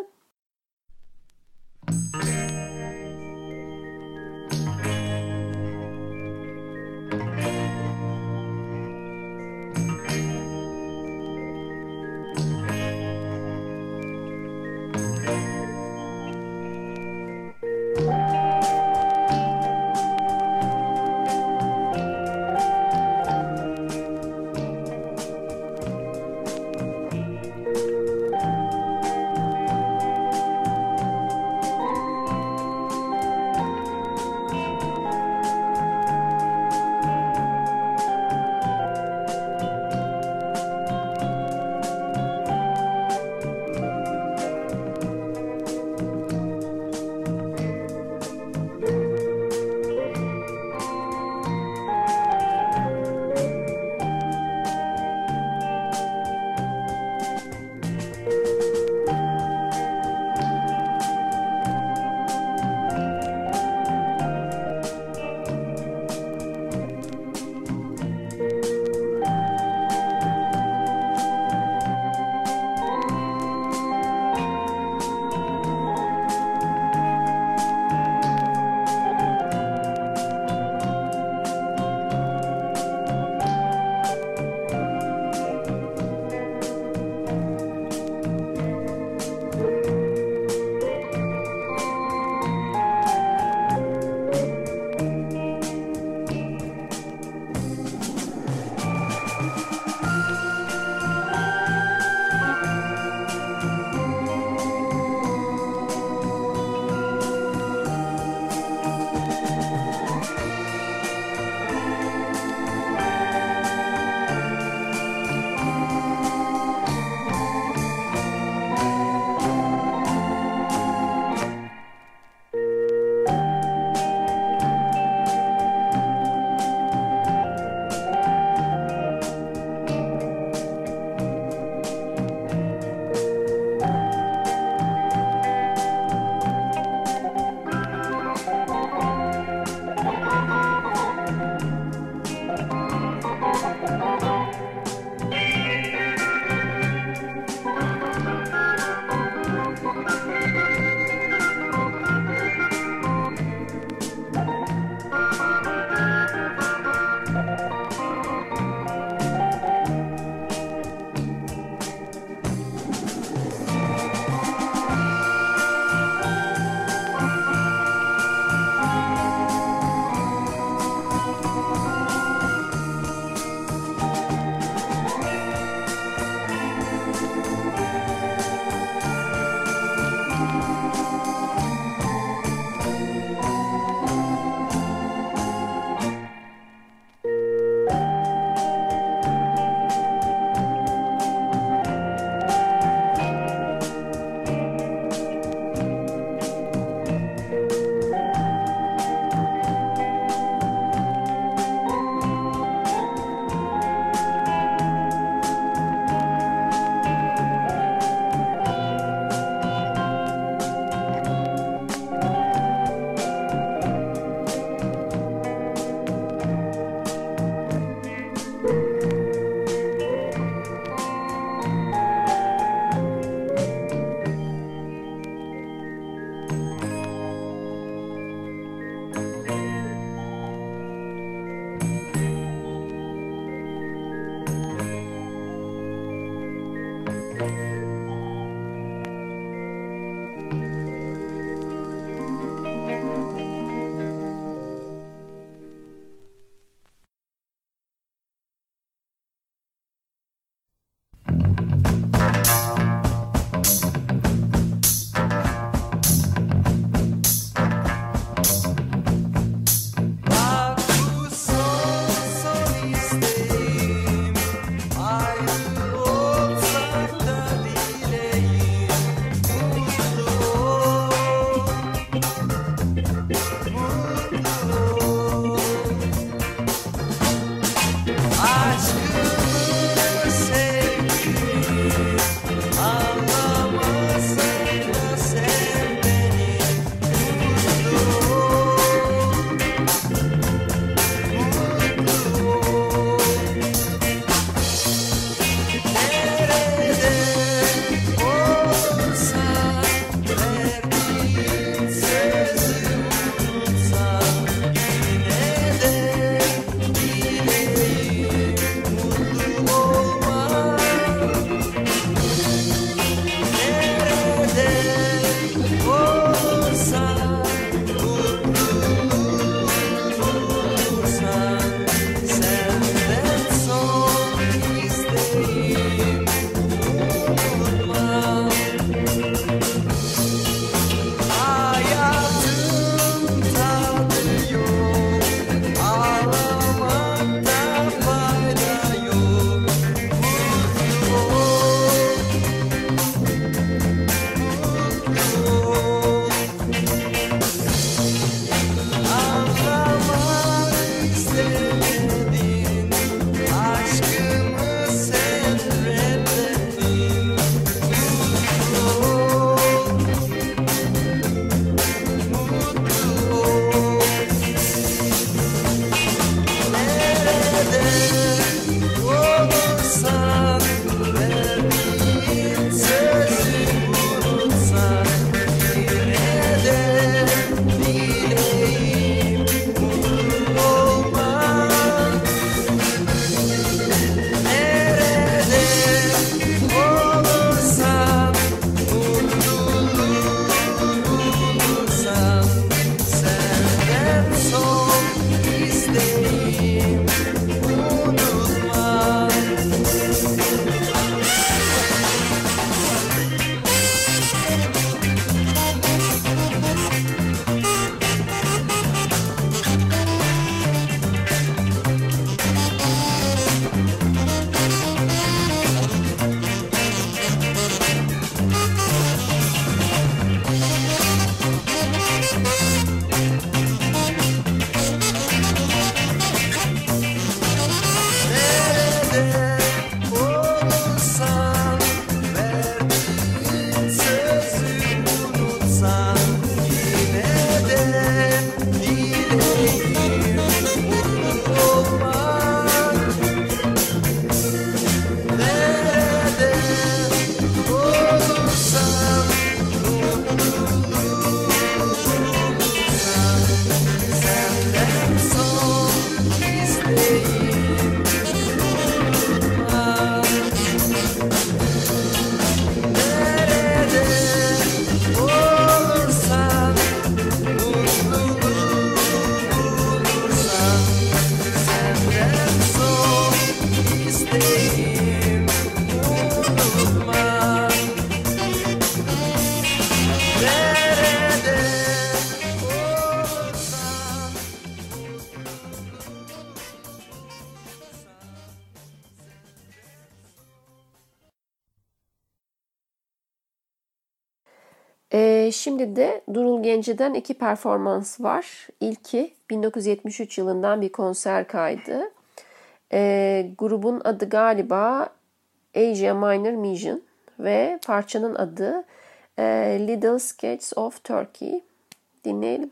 E, şimdi de Durul Gence'den iki performans var. İlki bin dokuz yüz yetmiş üç yılından bir konser kaydı. E, grubun adı galiba Asia Minor Mission ve parçanın adı e, Little Sketches of Turkey. Dinleyelim.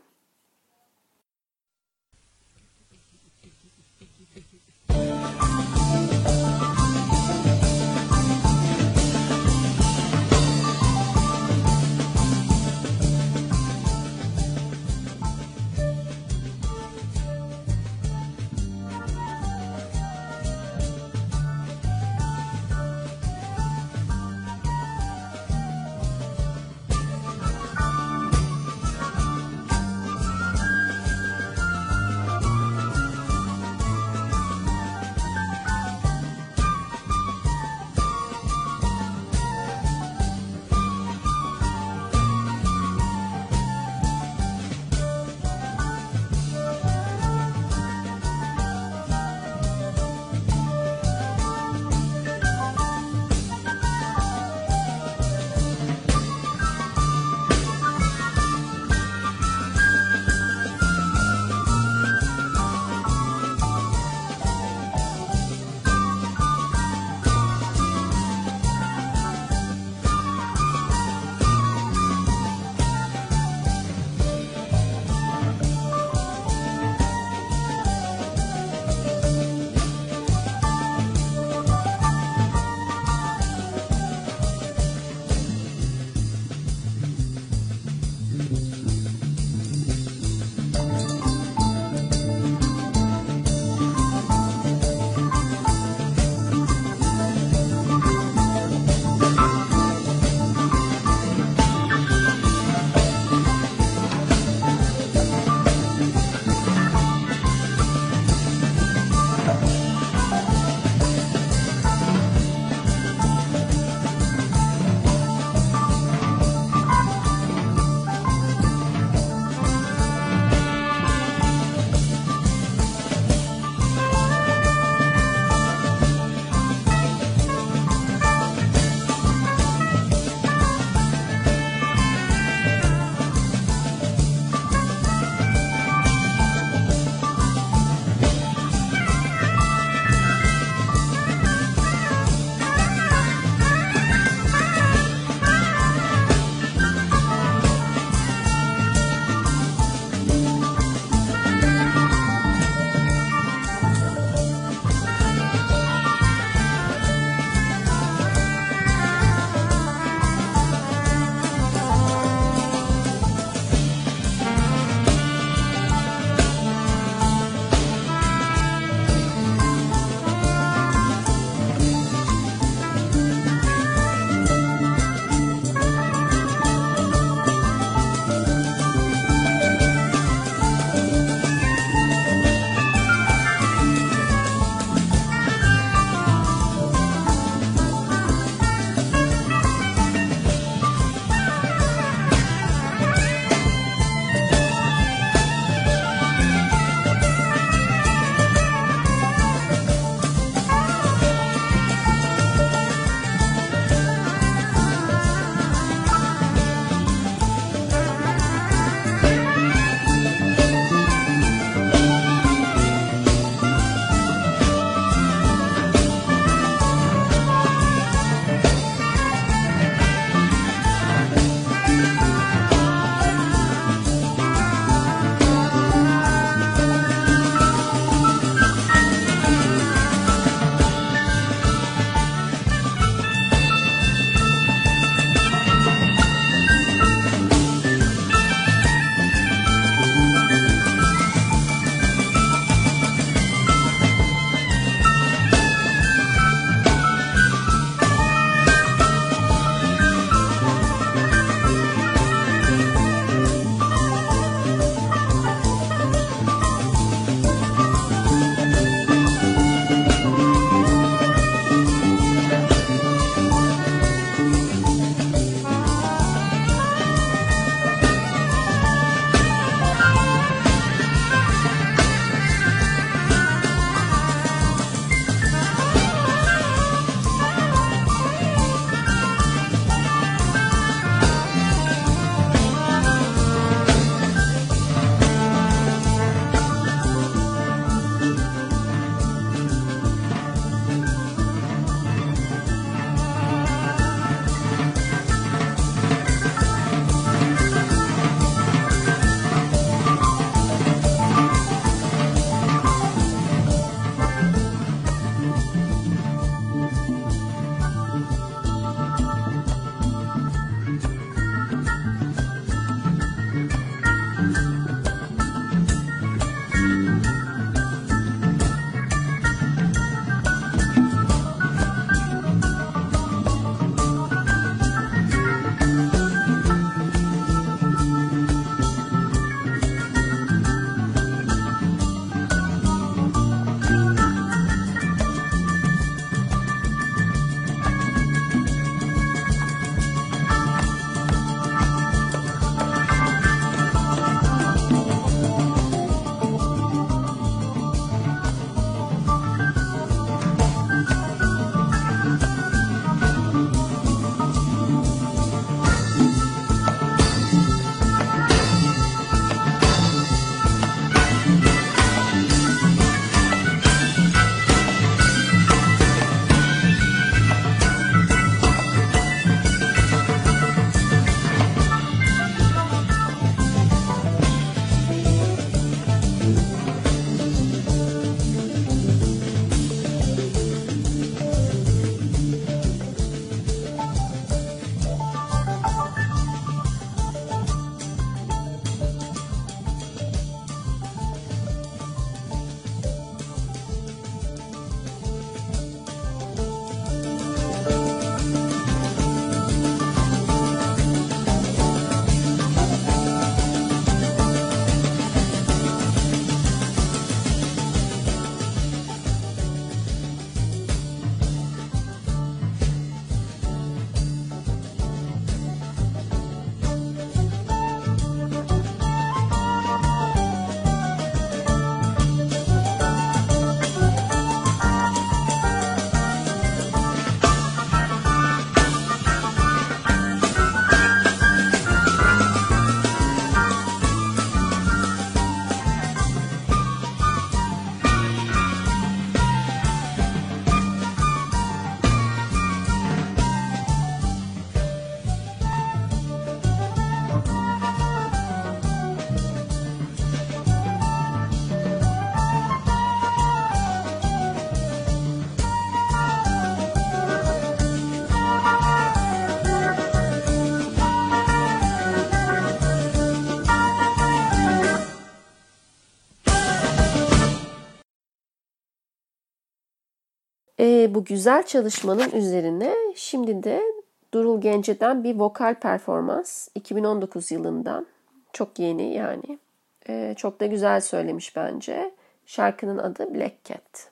E, bu güzel çalışmanın üzerine şimdi de Durul Gence'den bir vokal performans iki bin on dokuz yılından. Çok yeni yani. E, çok da güzel söylemiş bence. Şarkının adı Black Cat.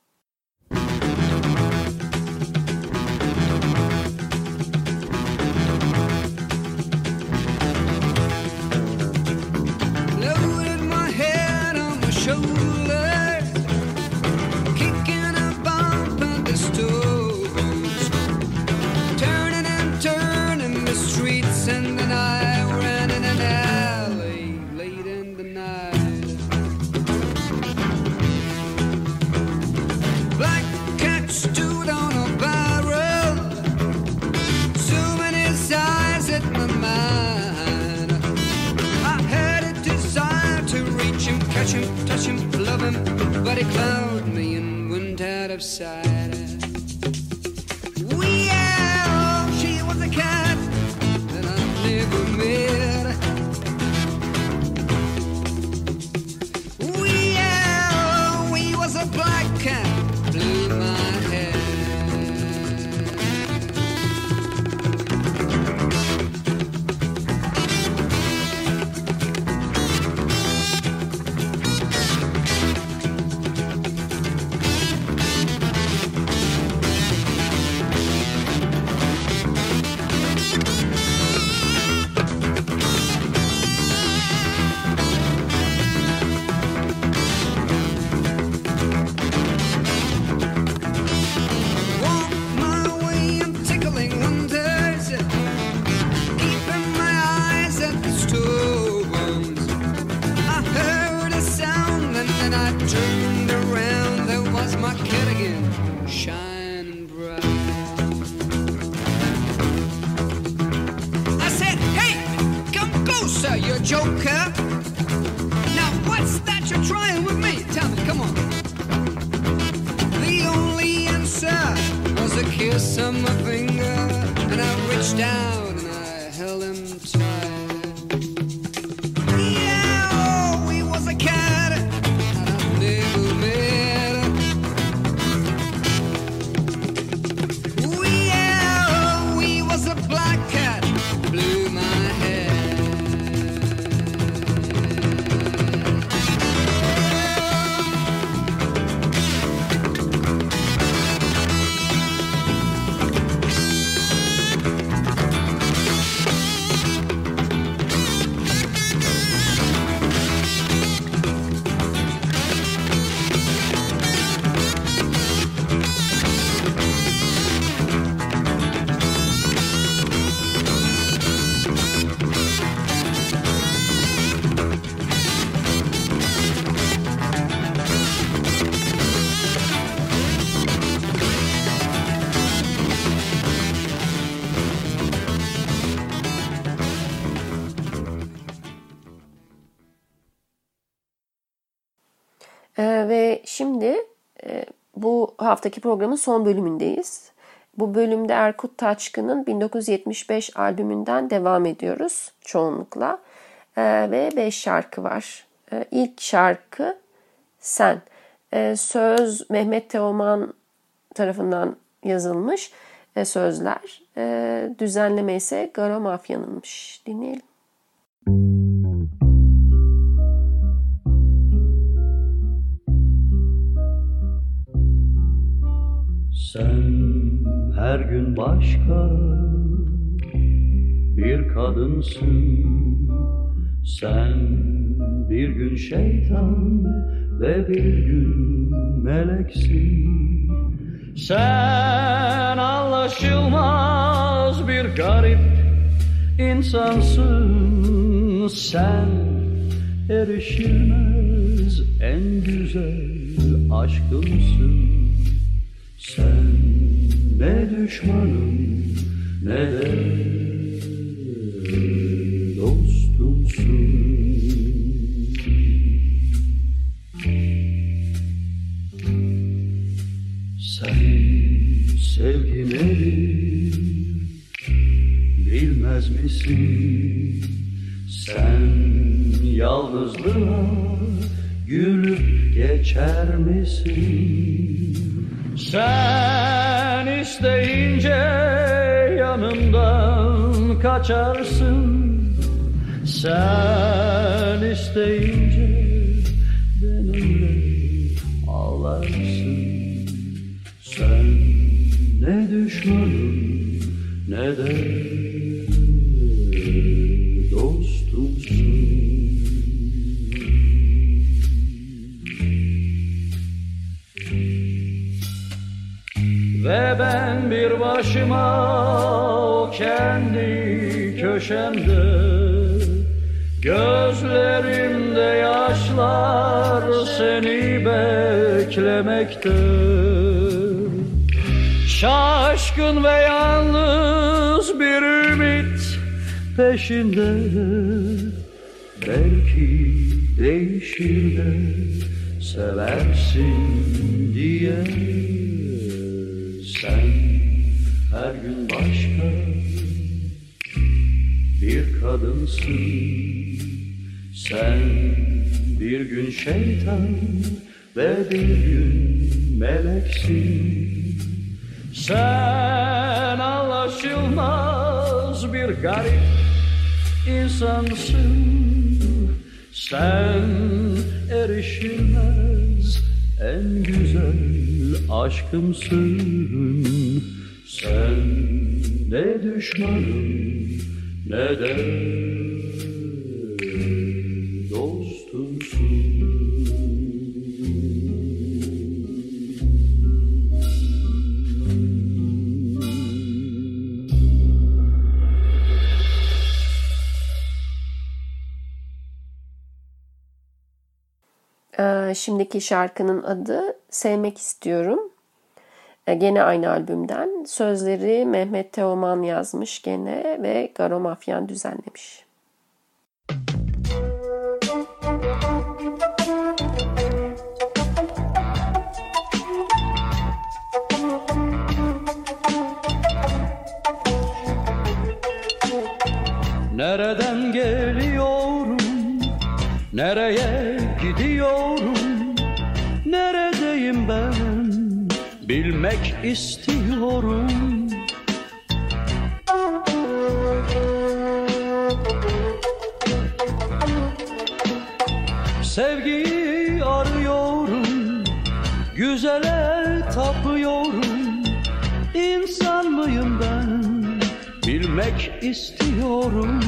Touch him, touch him, love him, but he clouded me and went out of sight. We yeah, she was a cat that I never met. We yeah, we was a black cat, blew my head. You joker. Now what's that you're trying with me? Tell me, come on. The only answer was a kiss on my finger, and I reached out and I held him tight. Yeah, oh, we was a cat that I never met. We, yeah, oh, we was a black cat, blew my head. Ee, ve şimdi e, bu haftaki programın son bölümündeyiz. Bu bölümde Erkut Taçkın'ın bin dokuz yüz yetmiş beş albümünden devam ediyoruz çoğunlukla. Ee, ve beş şarkı var. Ee, ilk şarkı Sen. Ee, söz Mehmet Teoman tarafından yazılmış e, sözler. E, düzenleme ise Garo Mafya'nınmış. Dinleyelim. Sen her gün başka bir kadınsın. Sen bir gün şeytan ve bir gün meleksin. Sen anlaşılmaz bir garip insansın. Sen erişilmez en güzel aşkımsın. Sen ne düşmanım ne de dostumsun. Sen sevgi nedir bilmez misin? Sen yalnızlığa gülüp geçer misin? Sen isteyince yanımdan kaçarsın. Sen isteyince benimle ağlarsın. Sen ne düşmanım ne de dostumsun. Ve ben bir başıma o kendi köşemde, gözlerimde yaşlar seni beklemekte. Şaşkın ve yalnız bir ümit peşinde, belki değişir de seversin diye. Sen her gün başka bir kadınsın. Sen bir gün şeytan ve bir gün meleksin. Sen anlaşılmaz bir garip insansın. Sen erişilmez en güzel aşkımsın. Sen ne düşmanım ne de dostumsun. Ee, şimdiki şarkının adı Sevmek İstiyorum. Ee, gene aynı albümden. Sözleri Mehmet Teoman yazmış gene ve Garo Mafyan düzenlemiş. Nereden geliyorum, nereye gidiyorum, neredeyim ben, bilmek istiyorum. Sevgiyi arıyorum, güzele tapıyorum. İnsan mıyım ben, bilmek istiyorum.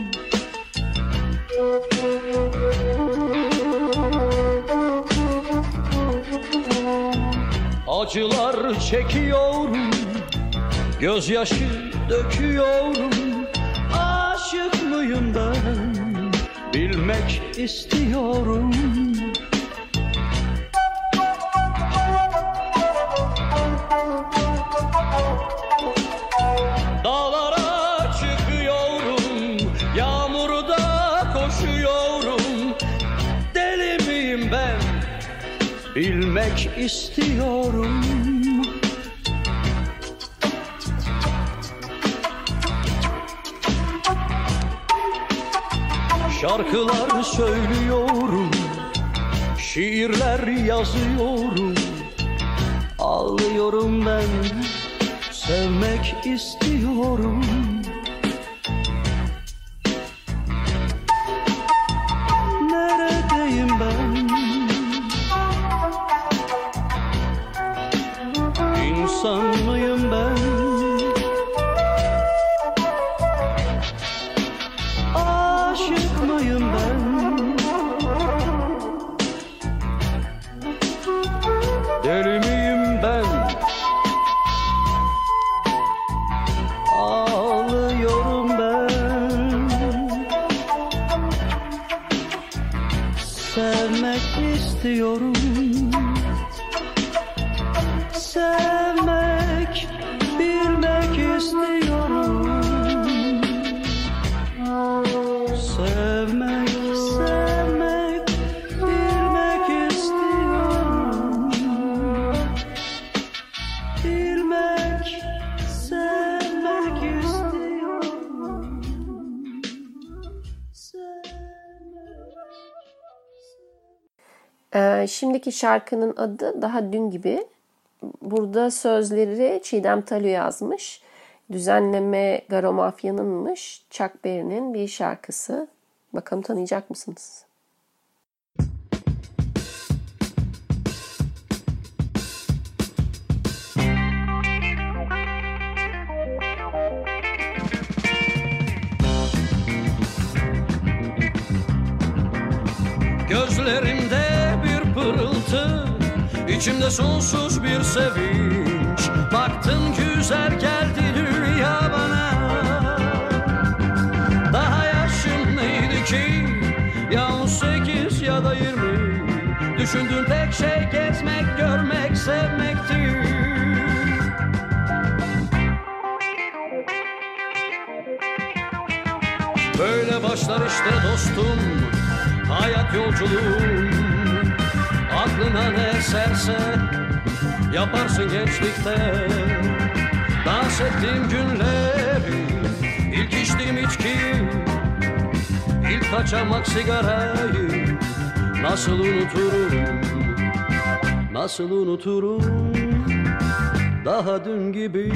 Acılar çekiyorum, gözyaşı döküyorum. Aşık mıyım ben, bilmek istiyorum. Dağlara çıkıyorum, yağmurda koşuyorum. Deli miyim ben, bilmek istiyorum. Şarkılar söylüyorum, şiirler yazıyorum. Ağlıyorum ben, sevmek istiyorum. Neredeyim ben? İnsan mıyım ben? Aşık mıyım ben? Deli miyim ben? Ağlıyorum ben. Sevmek istiyorum. Sevmek, bilmek istiyorum. Sevmek, sevmek, bilmek istiyorum. Bilmek, sevmek istiyorum. Ee, şimdiki şarkının adı Daha Dün Gibi. Burada sözleri Çiğdem Talü yazmış. Düzenleme Garo Mafya'nınmış. Chuck Berry'nin bir şarkısı. Bakalım tanıyacak mısınız? Gözlerimde bir pırıltı, içimde sonsuz bir sevinç. Baktım güzel geldi dünya bana. Daha yaşım neydi ki? Ya on sekiz ya da yirmi. Düşündüğüm tek şey gezmek, görmek, sevmekti. Böyle başlar işte dostum hayat yolculuğu. Aklına ne eserse yaparsın gençlikte. Dans ettiğim günleri, ilk içtiğim içki, ilk kaçamak sigarayı nasıl unuturum, nasıl unuturum. Daha dün gibi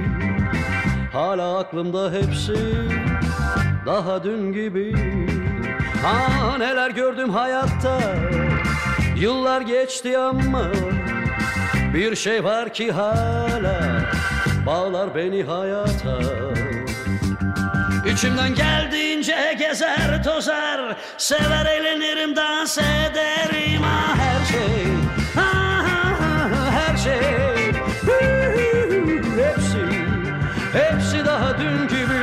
hala aklımda hepsi, daha dün gibi. Ha neler gördüm hayatta, yıllar geçti ama bir şey var ki hala bağlar beni hayata. İçimden geldiğince gezer tozar, sever eğlenirim, dans ederim. Ah her şey, ah, ah, ah, her şey, hepsi, hepsi daha dün gibi.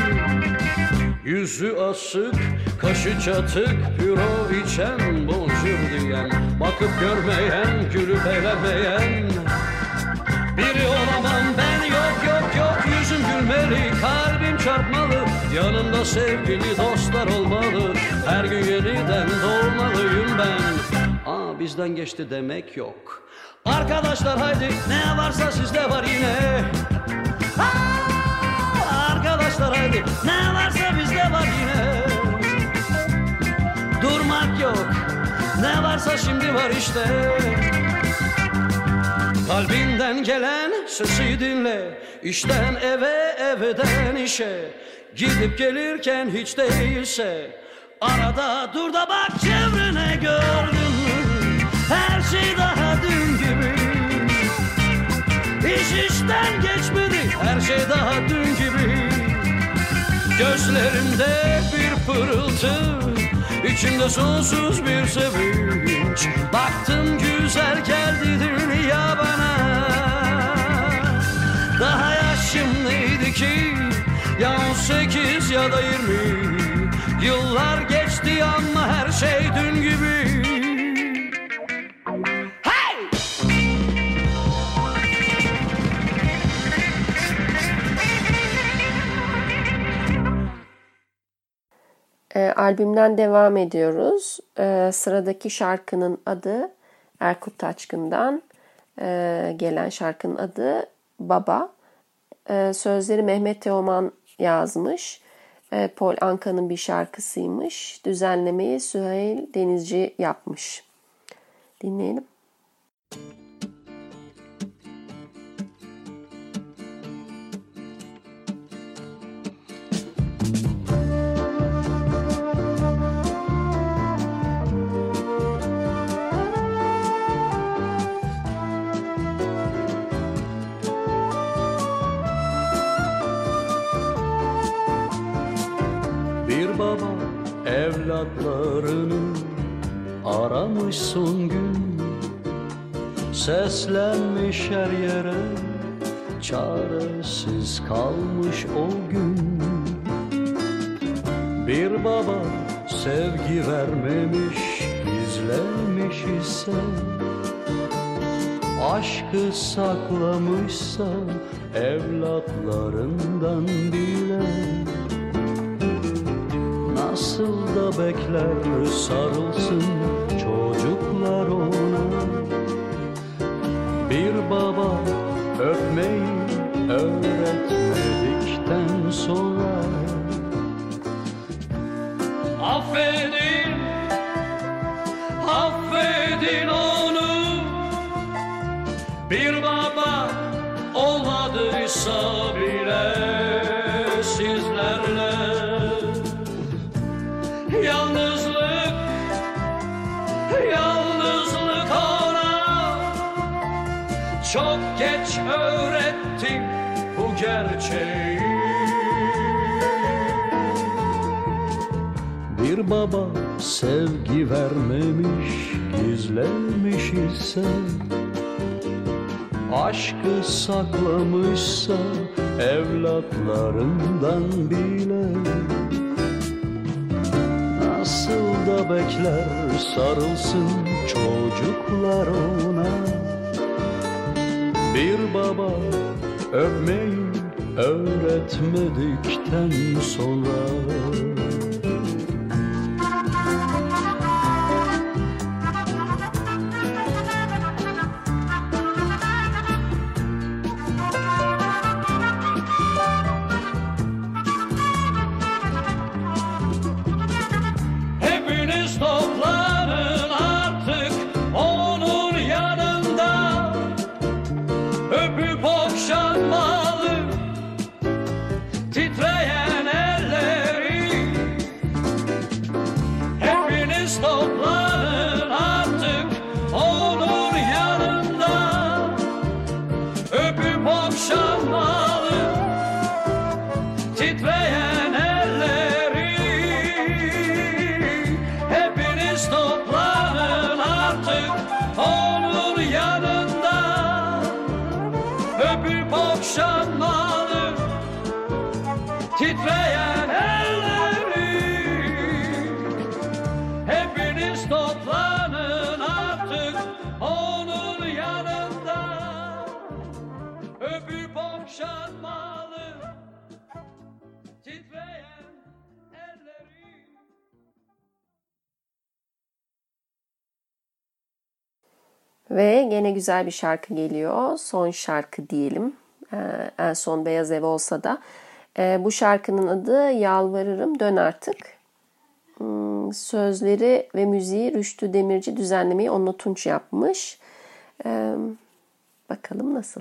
Yüzü asık, kaşı çatık, püro içen, bonjour diyen, bakıp görmeyen, gülüp eğlenmeyen biri olamam ben. Yok yok yok, yüzüm gülmeli, kalbim çarpmalı, yanımda sevgili dostlar olmalı. Her gün yeniden doğmalıyım ben. Aa bizden geçti demek yok. Arkadaşlar haydi, ne varsa sizde var yine. Aa, arkadaşlar haydi, ne varsa bizde var yine. Durmak yok, ne varsa şimdi var işte. Kalbinden gelen sesi dinle, işten eve, evden işe. Gidip gelirken hiç değilse arada dur da bak çevrene, gördün mü? Her şey daha dün gibi. İş işten geçmedi, her şey daha dün gibi. Gözlerimde bir pırıltı, İçimde sonsuz bir sevinç. Baktım güzel geldi dünya bana. Daha yaşım neydi ki? Ya on sekiz ya da yirmi. Yıllar geçti ama her şey dün gibi. Hey! E, albümden devam ediyoruz. E, sıradaki şarkının adı Erkut Taçkın'dan e, gelen şarkının adı Baba. E, sözleri Mehmet Teoman yazmış. E, Paul Anka'nın bir şarkısıymış. Düzenlemeyi Süheyl Denizci yapmış. Dinleyelim. Bir baba evlatlarını aramış son gün, seslenmiş her yere, çaresiz kalmış o gün. Bir baba sevgi vermemiş, gizlemiş ise, aşkı saklamışsa evlatlarından bile. Nasıl da bekler sarılsın çocuklar ona. Bir baba öpmeyi öğretmedikten sonra. Affedin, affedin onu. Bir baba ateş öğretti bu gerçeği. Bir baba sevgi vermemiş, gizlemiş ise, aşkı saklamışsa evlatlarından bile, nasıl da bekler sarılsın çocuklar ona. Bir baba öpmeyi öğretmedikten sonra. Titreyen elleri, hepiniz toplanın artık onun yanında, öpüp okşanmalı titreyen elleri. Ve gene güzel bir şarkı geliyor. Son şarkı diyelim. Ee, en son Beyaz Ev olsa da. Ee, bu şarkının adı Yalvarırım Dön Artık. Hmm, sözleri ve müziği Rüştü Demirci, düzenlemeyi Onno Tunç yapmış. Ee, bakalım nasıl?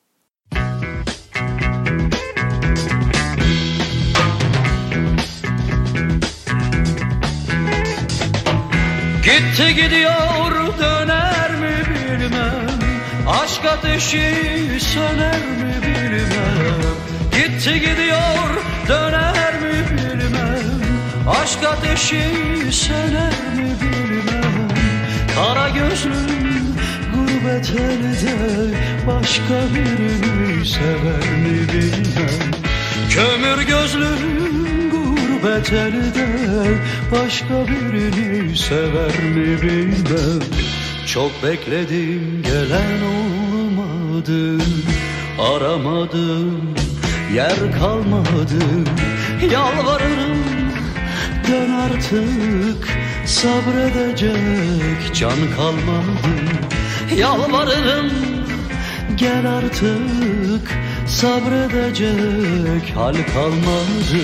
Gitti gidiyor döner mi bilmem, aşk ateşi söner mi bilmem. Gitti gidiyor döner mi bilmem, aşk ateşi söner mi bilmem. Kara gözlüm gurbet elde başka birini sever mi bilmem. Kömür gözlüm gurbet elde başka birini sever mi bilmem. Çok bekledim gelen olmadı, aramadım yer kalmadı. Yalvarırım dön artık, sabredecek can kalmadı. Yalvarırım gel artık, sabredecek hal kalmadı.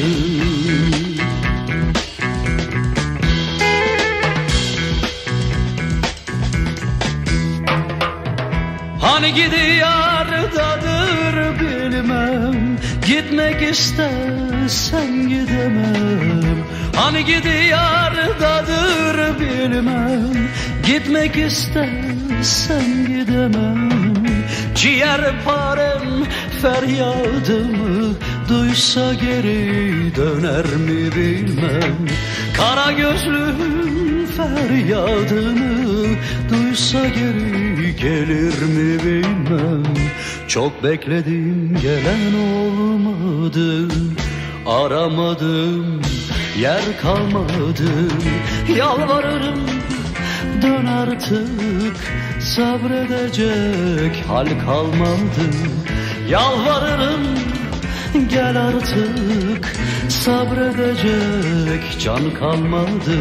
Hani gidiyardadır bilmem, gitmek istesem gidemem. Hani gidiyardadır bilmem, gitmek istesem gidemem. Ciğerparem feryadımı duysa geri döner mi bilmem. Kara gözlüm feryadımı duysa geri gelir mi bilmem. Çok bekledim gelen olmadı, aramadım yer kalmadı. Yalvarırım dön artık, sabredecek hal kalmadı. Yalvarırım gel artık, sabredecek can kalmadı.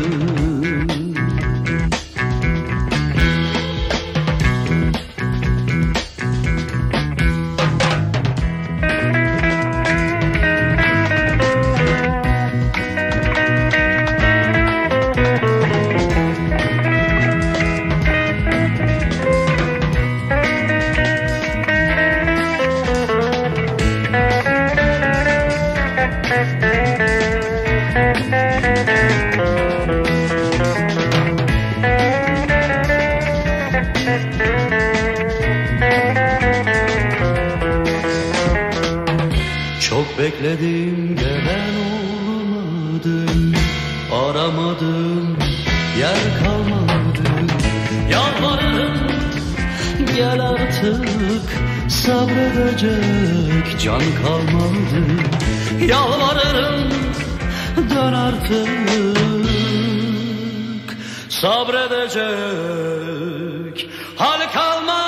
Bekledim gelen olmadı, aramadım yer kalmadı. Yalvarırım gel artık, sabredecek can kalmadı. Yalvarırım dön artık, sabredecek hal kalmadı.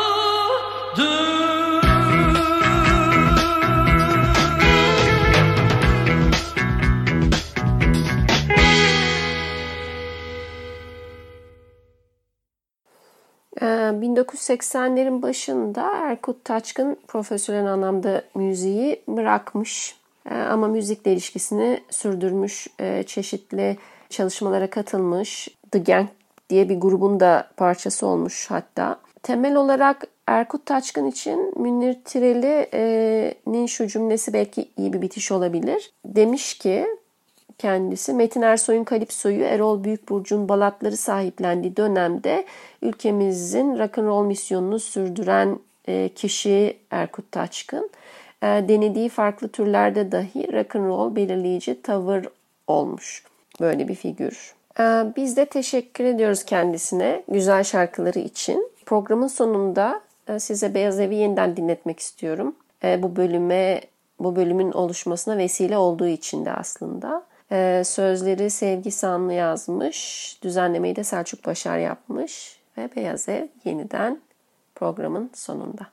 bin dokuz yüz seksenlerin başında Erkut Taçkın profesyonel anlamda müziği bırakmış ama müzikle ilişkisini sürdürmüş, çeşitli çalışmalara katılmış, The Gang diye bir grubun da parçası olmuş hatta. Temel olarak Erkut Taçkın için Münir Tireli'nin şu cümlesi belki iyi bir bitiş olabilir. Demiş ki kendisi, Metin Ersoy'un Kalipso'yu Erol Büyükburcu'nun Balatları sahiplendiği dönemde ülkemizin rock'n'roll misyonunu sürdüren kişi Erkut Taçkın. Denediği farklı türlerde dahi rock'n'roll belirleyici tavır olmuş. Böyle bir figür. Biz de teşekkür ediyoruz kendisine güzel şarkıları için. Programın sonunda size Beyaz Ev'i yeniden dinletmek istiyorum. Bu bölüme, bu bölümün oluşmasına vesile olduğu için de aslında. Sözleri Sevgi Sanlı yazmış, düzenlemeyi de Selçuk Başar yapmış ve Beyaz Ev yeniden programın sonunda.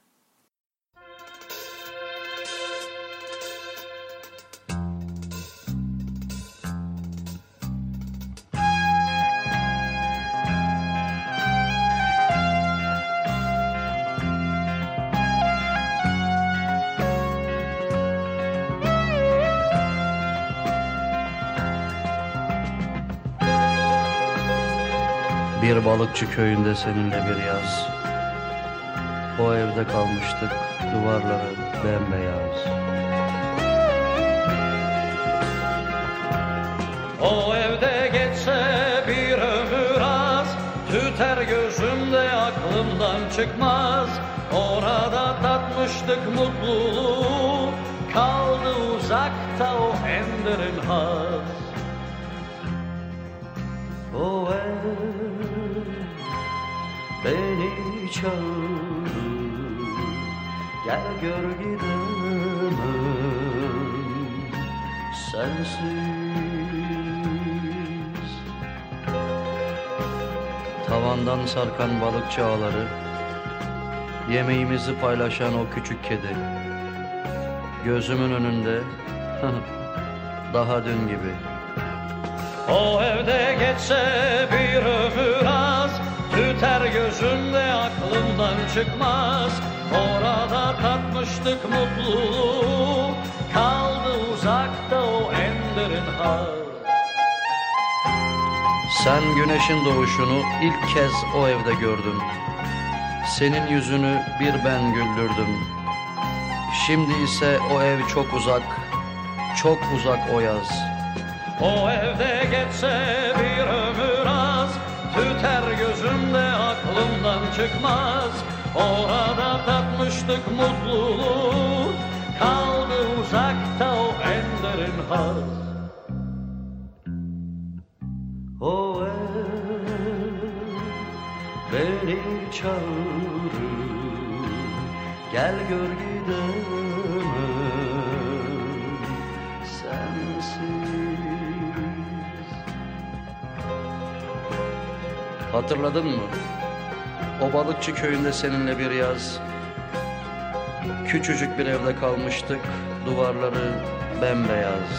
Bir balıkçı köyünde seninle bir yaz, o evde kalmıştık, duvarları bembeyaz. O evde geçse bir ömür az, tüter gözümde aklımdan çıkmaz. Orada tatmıştık mutluluğu, kaldı uzakta o en derin haz. O ev beni çağırır, gel gör gidemem sensiz. Tavandan sarkan balıkçı ağları, yemeğimizi paylaşan o küçük kedi, gözümün önünde daha dün gibi. O evde geçse bir ömür az, tüter gözümde aklımdan çıkmaz. Orada tatmıştık mutluluğu, kaldı uzakta o en derin haz. Sen güneşin doğuşunu ilk kez o evde gördüm. Senin yüzünü bir ben güldürdüm. Şimdi ise o ev çok uzak, çok uzak o yaz. O evde geçse bir ömür az, tüter gözümde aklımdan çıkmaz. Orada tatmıştık mutluluğu, kaldı uzakta o en derin haz. O ev beni çağırır, gel gör gidemem sensiz. Hatırladın mı? O balıkçı köyünde seninle bir yaz, küçücük bir evde kalmıştık, duvarları bembeyaz.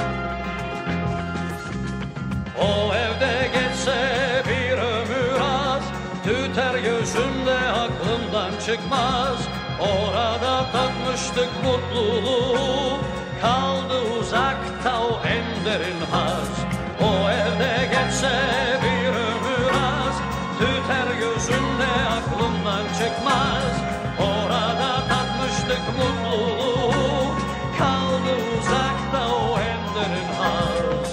O evde geçse bir ömür az, tüter gözümde aklımdan çıkmaz. Orada tatmıştık mutluluğu, kaldı uzakta o en derin haz. O evde geçse bir ömür az, tüter gözümde aklımdan çıkmaz. Orada tatmıştık mutluluğu, kaldı uzakta o en derin haz.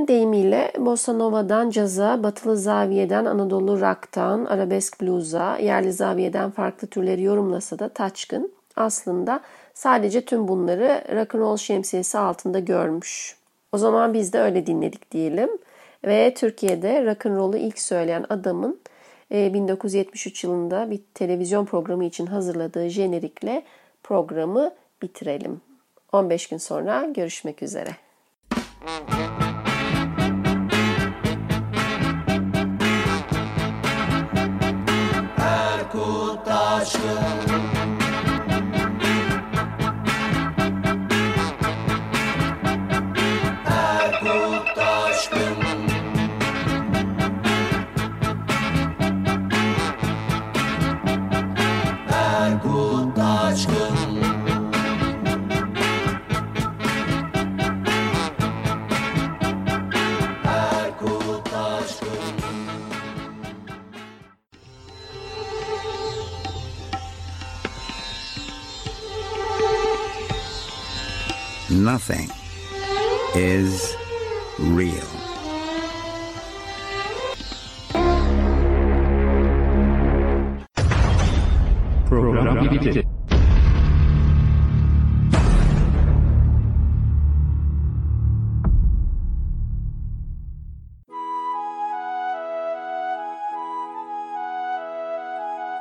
Bugünün deyimiyle Bossa Nova'dan caza, batılı zaviyeden Anadolu rock'tan arabesk blues'a, yerli zaviyeden farklı türleri yorumlasa da Taçkın aslında sadece tüm bunları rock'n'roll şemsiyesi altında görmüş. O zaman biz de öyle dinledik diyelim. Ve Türkiye'de rock'n'roll'u ilk söyleyen adamın bin dokuz yüz yetmiş üç yılında bir televizyon programı için hazırladığı jenerikle programı bitirelim. on beş gün sonra görüşmek üzere. Erkut Taşkın, Erkut Taşkın, Erkut Taşkın. Nothing is real. Program bitti.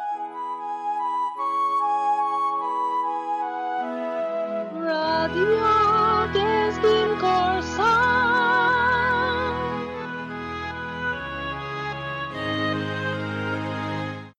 Radio